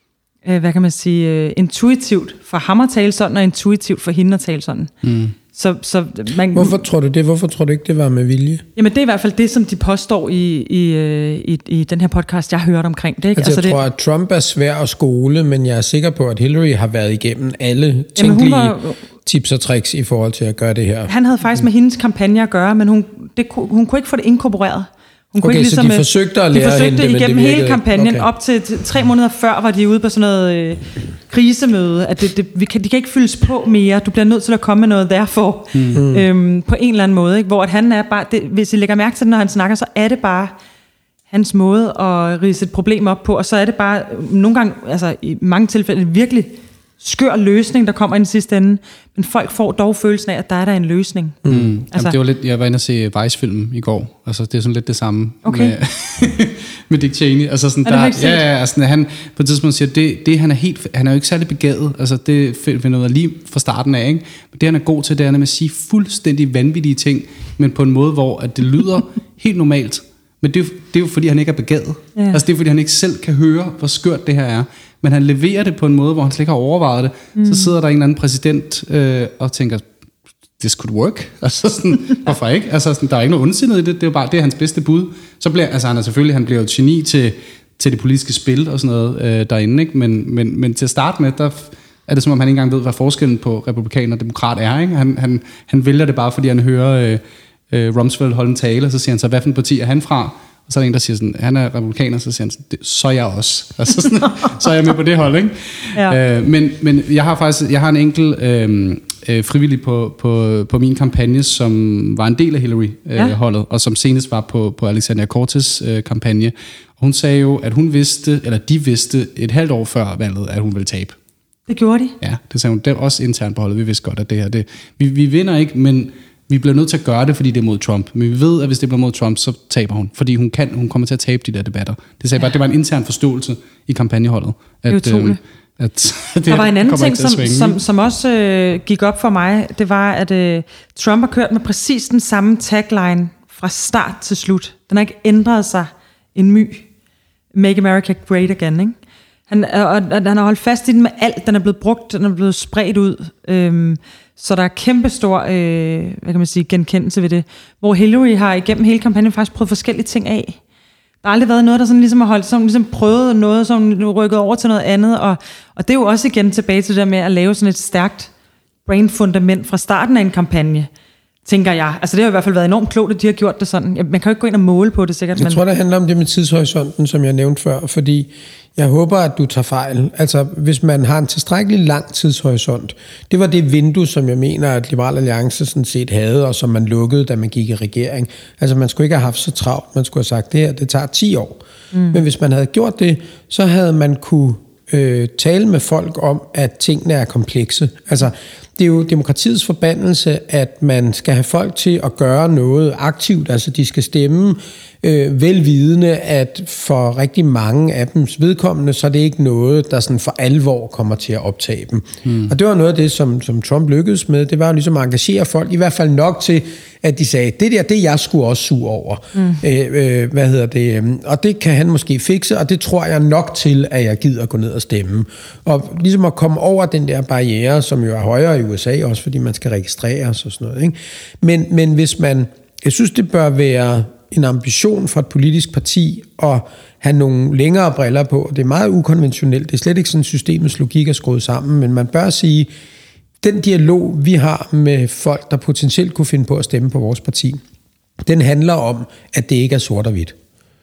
øh, hvad kan man sige, øh, intuitivt for ham at tale sådan, og intuitivt for hende at tale sådan. Mm. Så, så man, Hvorfor tror du det? Hvorfor tror du ikke, det var med vilje? Jamen det er i hvert fald det, som de påstår i, i, i, i den her podcast, jeg har hørt omkring det. Ikke? Altså, altså jeg det, tror, at Trump er svær at skole, men jeg er sikker på, at Hillary har været igennem alle tænkelige var, tips og tricks i forhold til at gøre det her. Han havde faktisk med hendes kampagne at gøre, men hun, det, hun kunne ikke få det inkorporeret. Hun okay, kunne ikke så ligesom, de forsøgte at lære de forsøgte hende, igennem men det hele kampagnen. Okay. Op til tre måneder før var de ude på sådan noget øh, krisemøde, at det, det, vi kan, de kan ikke fyldes på mere. Du bliver nødt til at komme med noget derfor, mm. øhm, på en eller anden måde. Ikke? Hvor at han er bare, det, hvis I lægger mærke til det, når han snakker, så er det bare hans måde at ridse et problem op på, og så er det bare nogle gange, altså i mange tilfælde virkelig skør løsning, der kommer i den sidste ende, men folk får dog følelsen af, at der er der en løsning. Mm. Altså, Jamen, det var lidt, jeg var inde og se Vice-filmen i går, altså det er sådan lidt det samme okay. med, med Dick Cheney. Altså sådan, er det der, ja, ja, altså, han på et tidspunkt siger, det, det han er helt, han er jo ikke særlig begavet, altså det finder ud af lige fra starten af, ikke? Men det han er god til, det er med at sige fuldstændig vanvittige ting, men på en måde, hvor at det lyder helt normalt. Men det er, jo, det er jo fordi, han ikke er begavet. Ja. Altså det er fordi, han ikke selv kan høre, hvor skørt det her er. Men han leverer det på en måde, hvor han slet ikke har overvejet det. Mm. Så sidder der en eller anden præsident øh, og tænker, this could work. Altså sådan, hvorfor ikke? Altså sådan, der er ikke noget ondsindet i det. Det er jo bare, det er hans bedste bud. Så bliver, altså han er selvfølgelig, han bliver jo et geni til, til det politiske spil og sådan noget øh, derinde, ikke? Men, men, men til at starte med, der er det som om, han ikke engang ved, hvad forskellen på republikaner og demokrat er, ikke? Han, han, han vælger det bare, fordi han hører... Øh, Uh, Rumsfeld holde en tale, og så siger han så, hvad for en parti er han fra? Og så er der en, der siger sådan, han er republikaner, så siger han sådan, så er jeg også. Altså sådan, så er jeg med på det hold, ikke? Ja. Uh, men, men jeg har faktisk, jeg har en enkelt uh, uh, frivillig på, på, på min kampagne, som var en del af Hillary-holdet, uh, ja. Og som senest var på, på Alexandria Cortez uh, kampagne. Og hun sagde jo, at hun vidste, eller de vidste et halvt år før valget, at hun ville tabe. Det gjorde de? Ja, det sagde hun. Det er også internt på holdet. Vi vidste godt, at det her, det, vi, vi vinder ikke, men vi bliver nødt til at gøre det, fordi det er mod Trump. Men vi ved, at hvis det bliver mod Trump, så taber hun. Fordi hun kan, hun kommer til at tabe de der debatter. Det sagde ja. bare, det var en intern forståelse i kampagneholdet. At, det er utroligt. Øh, at det der var en anden ting, som, som, som også øh, gik op for mig. Det var, at øh, Trump har kørt med præcis den samme tagline fra start til slut. Den har ikke ændret sig en my. Make America Great Again, ikke? Han, og, og, han har holdt fast i den med alt. Den er blevet brugt, den er blevet spredt ud. Øhm, så der er kæmpestor øh, hvad kan man sige, genkendelse ved det. Hvor Hillary har igennem hele kampagnen faktisk prøvet forskellige ting af. Der har aldrig været noget, der sådan ligesom har holdt, sådan ligesom prøvet noget, som rykket over til noget andet. Og, og det er jo også igen tilbage til det der med at lave sådan et stærkt brain-fundament fra starten af en kampagne, tænker jeg. Altså det har i hvert fald været enormt klogt, at de har gjort det sådan. Man kan jo ikke gå ind og måle på det sikkert. Jeg men... tror, det handler om det med tidshorisonten, som jeg nævnte før, fordi jeg håber, at du tager fejl. Altså, hvis man har en tilstrækkelig lang tidshorisont, det var det vindue, som jeg mener, at Liberal Alliance sådan set havde, og som man lukkede, da man gik i regering. Altså, man skulle ikke have haft så travlt. Man skulle have sagt, det her, det tager ti år. Mm. Men hvis man havde gjort det, så havde man kunne øh, tale med folk om, at tingene er komplekse. Altså, det er jo demokratiets forbandelse, at man skal have folk til at gøre noget aktivt. Altså, de skal stemme øh, velvidende, at for rigtig mange af dems vedkommende, så er det ikke noget, der sådan for alvor kommer til at optage dem. Mm. Og det var noget af det, som, som Trump lykkedes med. Det var jo ligesom at engagere folk, i hvert fald nok til, at de sagde, det der, det er jeg sgu også sur over. Mm. Øh, øh, hvad hedder det? Og det kan han måske fikse, og det tror jeg nok til, at jeg gider gå ned og stemme. Og ligesom at komme over den der barriere, som jo er højere i U S A, også fordi man skal registreres og sådan noget. Ikke? Men, men hvis man, jeg synes, det bør være en ambition for et politisk parti at have nogle længere briller på. Det er meget ukonventionelt. Det er slet ikke sådan, systemets logik er skruet sammen, men man bør sige, den dialog, vi har med folk, der potentielt kunne finde på at stemme på vores parti, den handler om, at det ikke er sort og hvidt.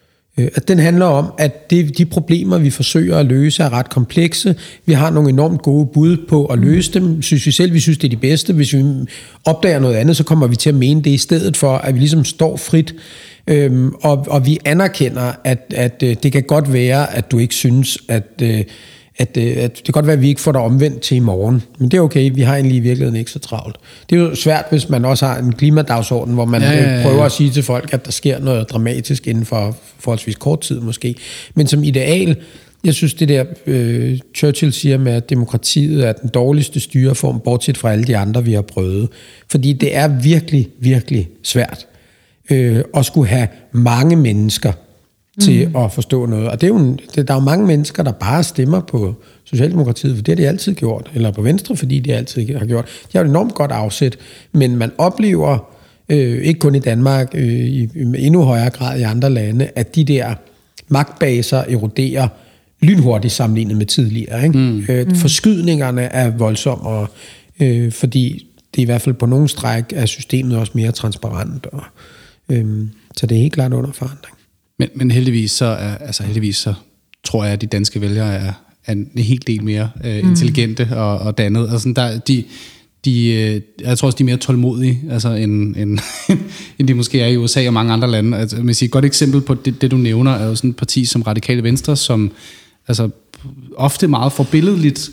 At den handler om, at det, de problemer, vi forsøger at løse, er ret komplekse. Vi har nogle enormt gode bud på at løse dem. Synes vi selv, vi synes, det er de bedste. Hvis vi opdager noget andet, så kommer vi til at mene det i stedet for, at vi ligesom står frit. Øhm, og, og vi anerkender, at, at det kan godt være, at du ikke synes, at... At, at det kan godt være, at vi ikke får dig omvendt til i morgen. Men det er okay, vi har egentlig i virkeligheden ikke så travlt. Det er jo svært, hvis man også har en klimadagsorden, hvor man ja, ja, ja. prøver at sige til folk, at der sker noget dramatisk inden for forholdsvis kort tid måske. Men som ideal, jeg synes det der, øh, Churchill siger med, at demokratiet er den dårligste styreform, bortset fra alle de andre, vi har prøvet. Fordi det er virkelig, virkelig svært øh, at skulle have mange mennesker til mm. at forstå noget. Og det er jo en, det, der er jo mange mennesker, der bare stemmer på Socialdemokratiet, for det har de altid gjort, eller på Venstre, fordi de altid har gjort. De har jo et enormt godt afsæt, men man oplever, øh, ikke kun i Danmark, øh, i, i endnu højere grad i andre lande, at de der magtbaser eroderer lynhurtigt sammenlignet med tidligere. Ikke? Mm. Øh, forskydningerne er voldsomme, og, øh, fordi det i hvert fald på nogle stræk er systemet også mere transparent, og, øh, så det er helt klart under forandring. Men, men heldigvis, så er, altså heldigvis så tror jeg, at de danske vælgere er, er en hel del mere øh, mm. intelligente og, og dannet. Altså, der, de, de, jeg tror også, de er mere tålmodige, altså, end, end, end de måske er i U S A og mange andre lande. Altså, man siger, et godt eksempel på det, det, du nævner, er jo sådan et parti som Radikale Venstre, som altså, ofte meget forbilledligt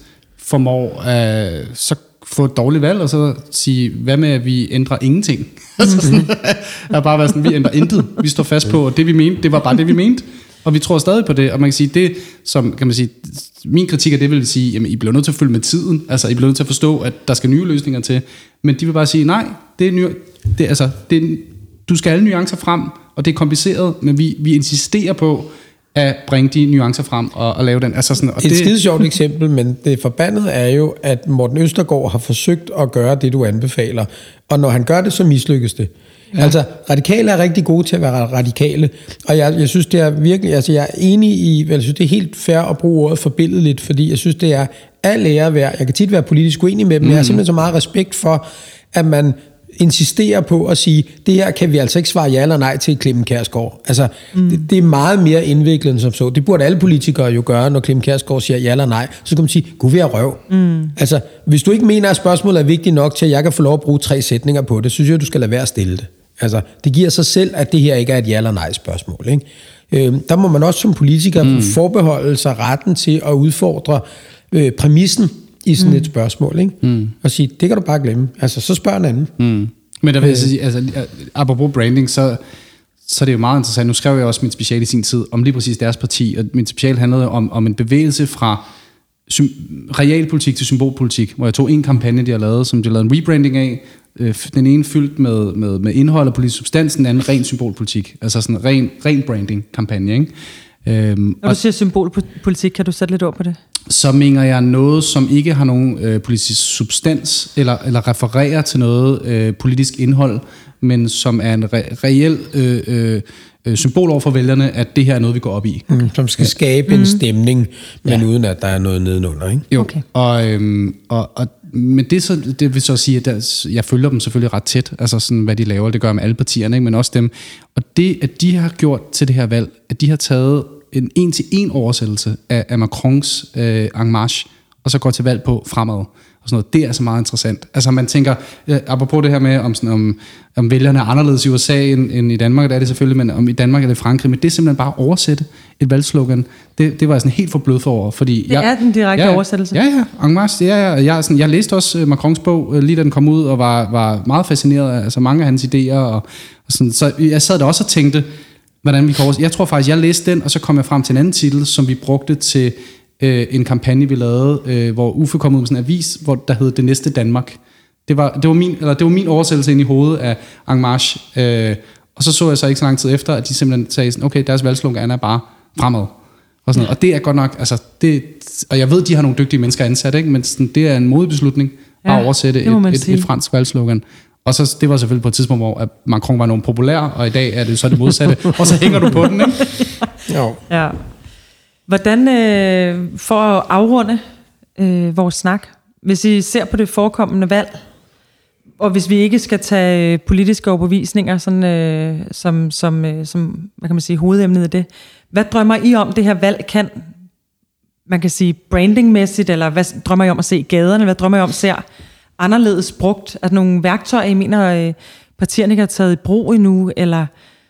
formår at øh, så få et dårligt valg, og så sige, hvad med, at vi ændrer ingenting? Altså sådan, at bare være sådan, vi ændrer intet. Vi står fast på, og det vi mente, det var bare det, vi mente. Og vi tror stadig på det, og man kan sige, det som, kan man sige, min kritik af det vil sige, jamen, I bliver nødt til at følge med tiden, altså I bliver nødt til at forstå, at der skal nye løsninger til, men de vil bare sige, nej, det er, ny, det, altså, det er du skal have alle nuancer frem, og det er kompliceret, men vi, vi insisterer på at bringe de nuancer frem og, og lave den. Altså sådan, og et det, skide sjovt eksempel, men det forbandede er jo, at Morten Østergaard har forsøgt at gøre det, du anbefaler, og når han gør det, så mislykkes det. Ja. Altså, radikale er rigtig gode til at være radikale, og jeg, jeg synes, det er virkelig, altså jeg er enig i, jeg synes, det er helt fair at bruge ordet forbilledeligt, fordi jeg synes, det er al ære værd. Jeg kan tit være politisk uenig med dem, men mm. jeg har simpelthen så meget respekt for, at man insisterer på at sige, det her kan vi altså ikke svare ja eller nej til Clement Kjærsgaard. Altså, mm. det, det er meget mere indviklet end som så. Det burde alle politikere jo gøre, når Clement Kjærsgaard siger ja eller nej. Så kan man sige, gud vi er røv. Mm. Altså, hvis du ikke mener, at spørgsmålet er vigtigt nok til, at jeg kan få lov at bruge tre sætninger på det, så synes jeg, du skal lade være at stille det. Altså, det giver sig selv, at det her ikke er et ja eller nej spørgsmål. Ikke? Øh, der må man også som politiker mm. forbeholde sig retten til at udfordre øh, præmissen i sådan mm. et spørgsmål, ikke? Mm. Og sige, det kan du bare glemme. Altså, så spørg en anden. Mm. Men der vil jeg sige, altså, apropos branding, så, så er det jo meget interessant. Nu skrev jeg også mit special i sin tid om lige præcis deres parti, og mit special handlede om, om en bevægelse fra realpolitik til symbolpolitik, hvor jeg tog en kampagne, de har lavet, som de har lavet en rebranding af. Den ene fyldt med, med, med indhold og politisk substans, den anden ren symbolpolitik. Altså sådan en ren, ren branding-kampagne, ikke? Øhm, Når du siger symbolpolitik, kan du sætte lidt ord på det? Så mener jeg noget, som ikke har nogen øh, politisk substans, eller, eller refererer til noget øh, politisk indhold, men som er en re- reel øh, øh, symbol over for vælgerne, at det her er noget, vi går op i. Mm, som skal skabe ja. en stemning, men ja. uden at der er noget nedenunder, ikke? Jo, okay. og, øhm, og, og men det, så, det vil så sige, at der, jeg følger dem selvfølgelig ret tæt, altså sådan, hvad de laver, det gør med alle partierne, ikke? Men også dem. Og det, at de har gjort til det her valg, at de har taget en en-til-en oversættelse af, af Macrons øh, En Marche, og så går til valg på fremad. Og sådan noget. Det er altså meget interessant. Altså man tænker, ja, apropos det her med, om, sådan, om, om vælgerne er anderledes i U S A end, end i Danmark, det er det selvfølgelig, men om i Danmark er det Frankrig, men det er simpelthen bare at oversætte et valgslogan. Det, det var jeg sådan helt for blød for over. Fordi det jeg, er den direkte ja, oversættelse. Ja, ja. En Marche, ja, ja. Jeg, sådan, jeg læste også Macrons bog, lige da den kom ud, og var, var meget fascineret af altså, mange af hans idéer. Og, og sådan, så jeg sad der også og tænkte, hvordan vi kan oversætte. Jeg tror faktisk, jeg læste den, og så kom jeg frem til en anden titel, som vi brugte til øh, en kampagne, vi lavede, øh, hvor Uffe kom ud med sådan en avis, hvor der hed Det Næste Danmark. Det var, det var, min, eller det var min oversættelse ind i hovedet af En Marche. Øh, og så så jeg så ikke så lang tid efter, at de simpelthen sagde sådan, okay, deres valgslogan er bare fremad. Og, sådan noget. Og det er godt nok, altså, det, og jeg ved, de har nogle dygtige mennesker ansat, ikke? Men sådan, det er en modebeslutning at ja, oversætte et, et, et fransk valgslogan. Og så, det var selvfølgelig på et tidspunkt, hvor at Macron var nogen populær, og i dag er det så det modsatte, og så hænger du på den, ikke? Jo. Ja. Hvordan, øh, for at afrunde øh, vores snak, hvis I ser på det forekommende valg, og hvis vi ikke skal tage politiske overbevisninger sådan, øh, som, som, øh, som, hvad kan man sige, hovedemnet i det, hvad drømmer I om, det her valg kan, man kan sige, brandingmæssigt, eller hvad drømmer I om at se i gaderne, hvad drømmer I om at se anderledes brugt? Er der nogle værktøjer, I mener, øh, partierne ikke har taget i brug endnu, eller?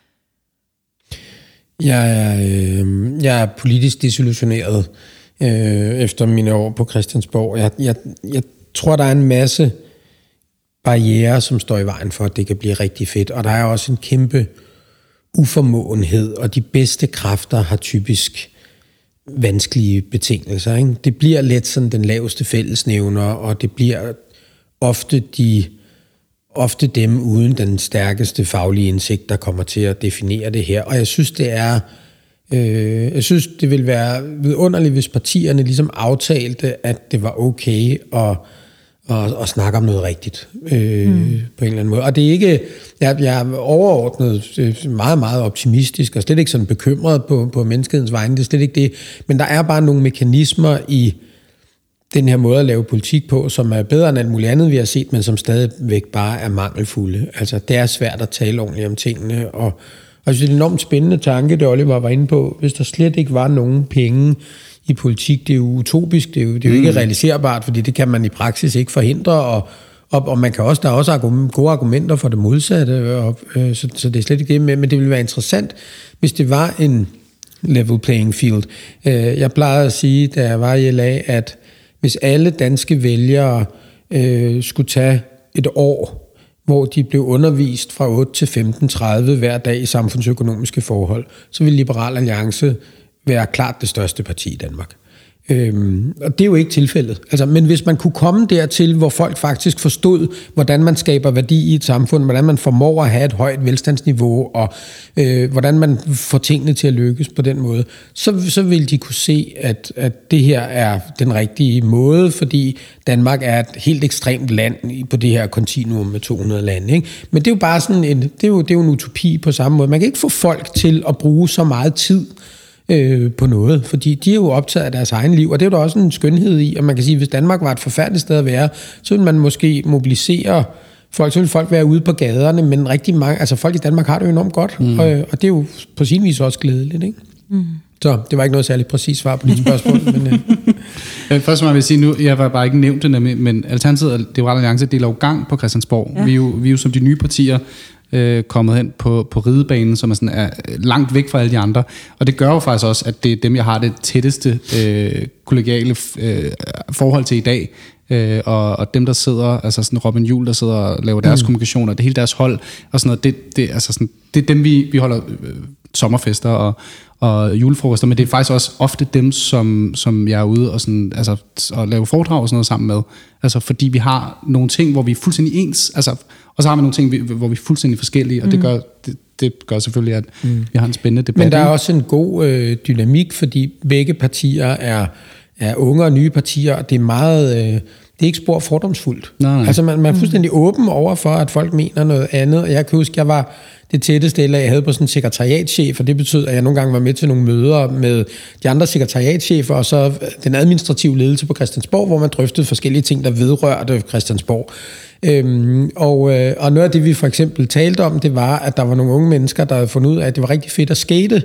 Jeg er, øh, jeg er politisk desillusioneret øh, efter mine år på Christiansborg. Jeg, jeg, jeg tror, der er en masse barrierer, som står i vejen for, at det kan blive rigtig fedt. Og der er også en kæmpe uformåenhed, og de bedste kræfter har typisk vanskelige betingelser. Ikke? Det bliver let sådan den laveste fællesnævner, og det bliver ofte de ofte dem uden den stærkeste faglige indsigt, der kommer til at definere det her. Og jeg synes, det er øh, jeg synes, det vil være vidunderligt, hvis partierne ligesom aftalte, at det var okay at, at, at snakke om noget rigtigt øh, mm. på en eller anden måde. Og det er ikke, jeg, jeg er overordnet meget, meget optimistisk, og slet ikke sådan bekymret på, på menneskehedens vegne, det er slet ikke det. Men der er bare nogle mekanismer i den her måde at lave politik på, som er bedre end alt muligt andet, vi har set, men som stadigvæk bare er mangelfulde. Altså, det er svært at tale ordentligt om tingene, og, og jeg synes, det er en enormt spændende tanke, det Oliver var inde på. Hvis der slet ikke var nogen penge i politik, det er jo utopisk, det er jo, det er jo mm. ikke realiserbart, fordi det kan man i praksis ikke forhindre, og, og, og man kan også, der er også argum, gode argumenter for det modsatte, og, øh, så, så det er slet ikke det med, men det ville være interessant, hvis det var en level playing field. Øh, jeg plejede at sige, da jeg var i L A, at hvis alle danske vælgere øh, skulle tage et år, hvor de blev undervist fra otte til femten tredive hver dag i samfundsøkonomiske forhold, så ville Liberal Alliance være klart det største parti i Danmark. Øhm, og det er jo ikke tilfældet. Altså, men hvis man kunne komme dertil, hvor folk faktisk forstod, hvordan man skaber værdi i et samfund, hvordan man formår at have et højt velstandsniveau, og øh, hvordan man får tingene til at lykkes på den måde, så, så vil de kunne se, at, at det her er den rigtige måde, fordi Danmark er et helt ekstremt land på det her kontinuum med to hundrede lande. Ikke? Men det er jo bare sådan en, det er jo, det er jo en utopi på samme måde. Man kan ikke få folk til at bruge så meget tid Øh, på noget, fordi de er jo optaget af deres egen liv, og det er jo da også en skønhed i, at man kan sige, at hvis Danmark var et forfærdeligt sted at være, så ville man måske mobilisere folk, så ville folk være ude på gaderne, men rigtig mange, altså folk i Danmark har det jo enormt godt, mm. og, og det er jo på sin vis også glædeligt, ikke? Mm. Så det var ikke noget særligt præcist svar på dit spørgsmål. men, øh. Først må jeg vil sige nu, jeg var bare ikke nævnt det, men Alternativet og Liberal Alliance deler jo gang på Christiansborg. Ja. Vi, er jo, vi er jo som de nye partier øh, kommet hen på, på ridebanen, som er, sådan, er langt væk fra alle de andre. Og det gør jo faktisk også, at det er dem, jeg har det tætteste øh, kollegiale øh, forhold til i dag. Øh, og, og dem, der sidder, altså sådan Robin Juhl, der sidder og laver deres mm. kommunikation, og det hele deres hold, og sådan noget, det, det, altså sådan, det er dem, vi, vi holder øh, sommerfester og, og julefrokoster, men det er faktisk også ofte dem, som, som jeg er ude og, sådan, altså, og lave foredrag og sådan noget sammen med. Altså, fordi vi har nogle ting, hvor vi er fuldstændig ens, altså, og så har vi nogle ting, hvor vi er fuldstændig forskellige, og mm. det, gør, det, det gør selvfølgelig, at mm. vi har en spændende debat. Men der er også en god øh, dynamik, fordi begge partier er, er unge og nye partier, og det er meget... Øh, det er ikke spor fordomsfuldt. Nej, nej. Altså man, man er fuldstændig mm. åben over for, at folk mener noget andet. Jeg kan huske, jeg var det tætteste, jeg havde på sådan en sekretariatschef, og det betød, at jeg nogle gange var med til nogle møder med de andre sekretariatschefer, og så den administrative ledelse på Christiansborg, hvor man drøftede forskellige ting, der vedrørte Christiansborg. Øhm, og, øh, og noget af det, vi for eksempel talte om, det var, at der var nogle unge mennesker, der havde fundet ud af, at det var rigtig fedt at skate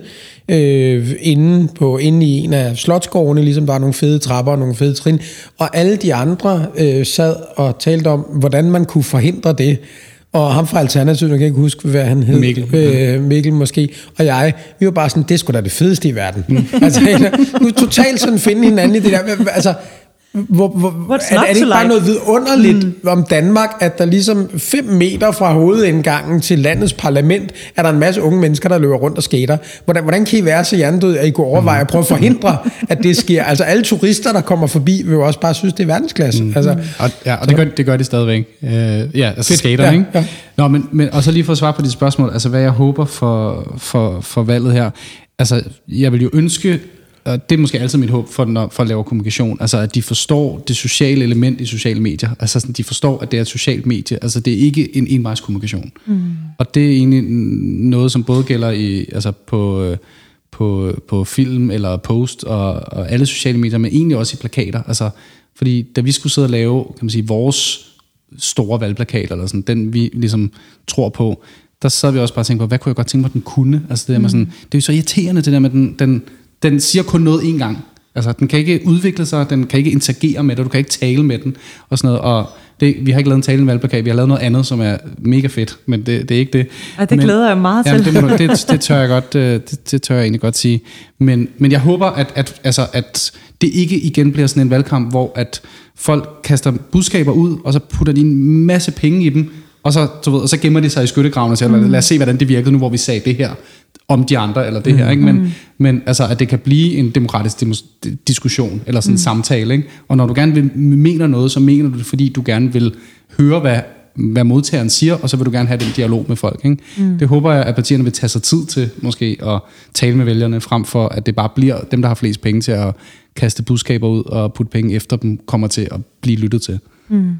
øh, inde, på, inde i en af slotsgårdene, ligesom der var nogle fede trapper og nogle fede trin, og alle de andre øh, sad og talte om, hvordan man kunne forhindre det. Og ham fra Alternativet, jeg kan ikke huske, hvad han hed. Mikkel. Øh, Mikkel måske. Og jeg, vi var bare sådan, det er sgu da det fedeste i verden. Mm. altså, vi totalt sådan finde hinanden i det der. Altså, hvor, hvor, er, er det ikke bare noget vidunderligt mm. om Danmark, at der ligesom fem meter fra hovedindgangen til landets parlament, er der en masse unge mennesker, der løber rundt og skater. Hvordan, hvordan kan I være så hjernedød, at I kunne overveje at prøve at forhindre, at det sker? Altså alle turister, der kommer forbi, vil jo også bare synes, det er verdensklasse. Mm. Altså, og ja, og det gør, det gør de stadigvæk. Uh, ja, altså skater, ja, ikke? Ja. Nå, men, men, og så lige for at svare på dit spørgsmål, altså hvad jeg håber for, for, for valget her. Altså, jeg vil jo ønske, og det er måske altid mit håb for, når, for at lave kommunikation, altså at de forstår det sociale element i sociale medier, altså sådan, de forstår, at det er et socialt medie, altså det er ikke en envejskommunikation. Mm. Og det er egentlig noget, som både gælder i, altså på, på, på film eller post og, og alle sociale medier, men egentlig også i plakater, altså fordi da vi skulle sidde og lave, kan man sige, vores store valgplakater, eller sådan, den vi ligesom tror på, der sad vi også bare og tænkte på, hvad kunne jeg godt tænke mig, den kunne, altså det der med sådan, det er jo så irriterende, det der med den, den Den siger kun noget én gang. Altså, den kan ikke udvikle sig, den kan ikke interagere med dig, du kan ikke tale med den, og sådan noget. Og det, vi har ikke lavet en talende valgplakat, vi har lavet noget andet, som er mega fedt, men det, det er ikke det. Ja, det men, glæder jeg meget til. Jamen, det, det, det, tør jeg godt, det, det tør jeg egentlig godt sige. Men, men jeg håber, at, at, altså, at det ikke igen bliver sådan en valgkamp, hvor at folk kaster budskaber ud, og så putter de en masse penge i dem, og så, du ved, og så gemmer de sig i skyttegraven og siger, mm. lad os se, hvordan det virkede nu, hvor vi sagde det her om de andre, eller det mm. her, ikke? Men, mm. men altså, at det kan blive en demokratisk diskussion, eller sådan en mm. samtale, ikke? Og når du gerne vil, mener noget, så mener du det, fordi du gerne vil høre, hvad, hvad modtageren siger, og så vil du gerne have den dialog med folk, ikke? Mm. Det håber jeg, at partierne vil tage sig tid til, måske, at tale med vælgerne, frem for, at det bare bliver dem, der har flest penge til at kaste budskaber ud, og putte penge efter dem, kommer til at blive lyttet til. Mm.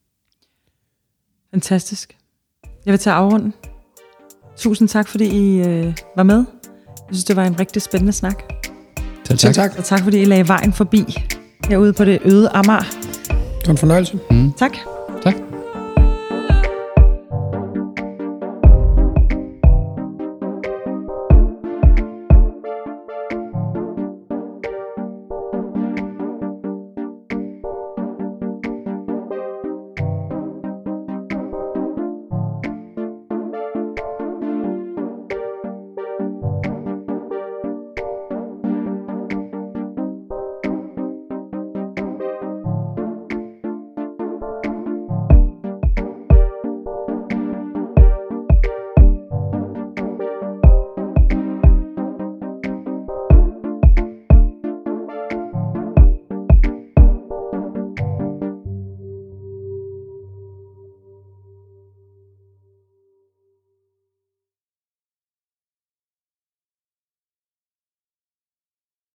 Fantastisk. Jeg vil tage afrunden. Tusind tak, fordi I øh, var med. Jeg synes, det var en rigtig spændende snak. Selv tak. tak. Og tak, fordi I lagde vejen forbi herude på det øde Amager. Det var en fornøjelse. Mm. Tak.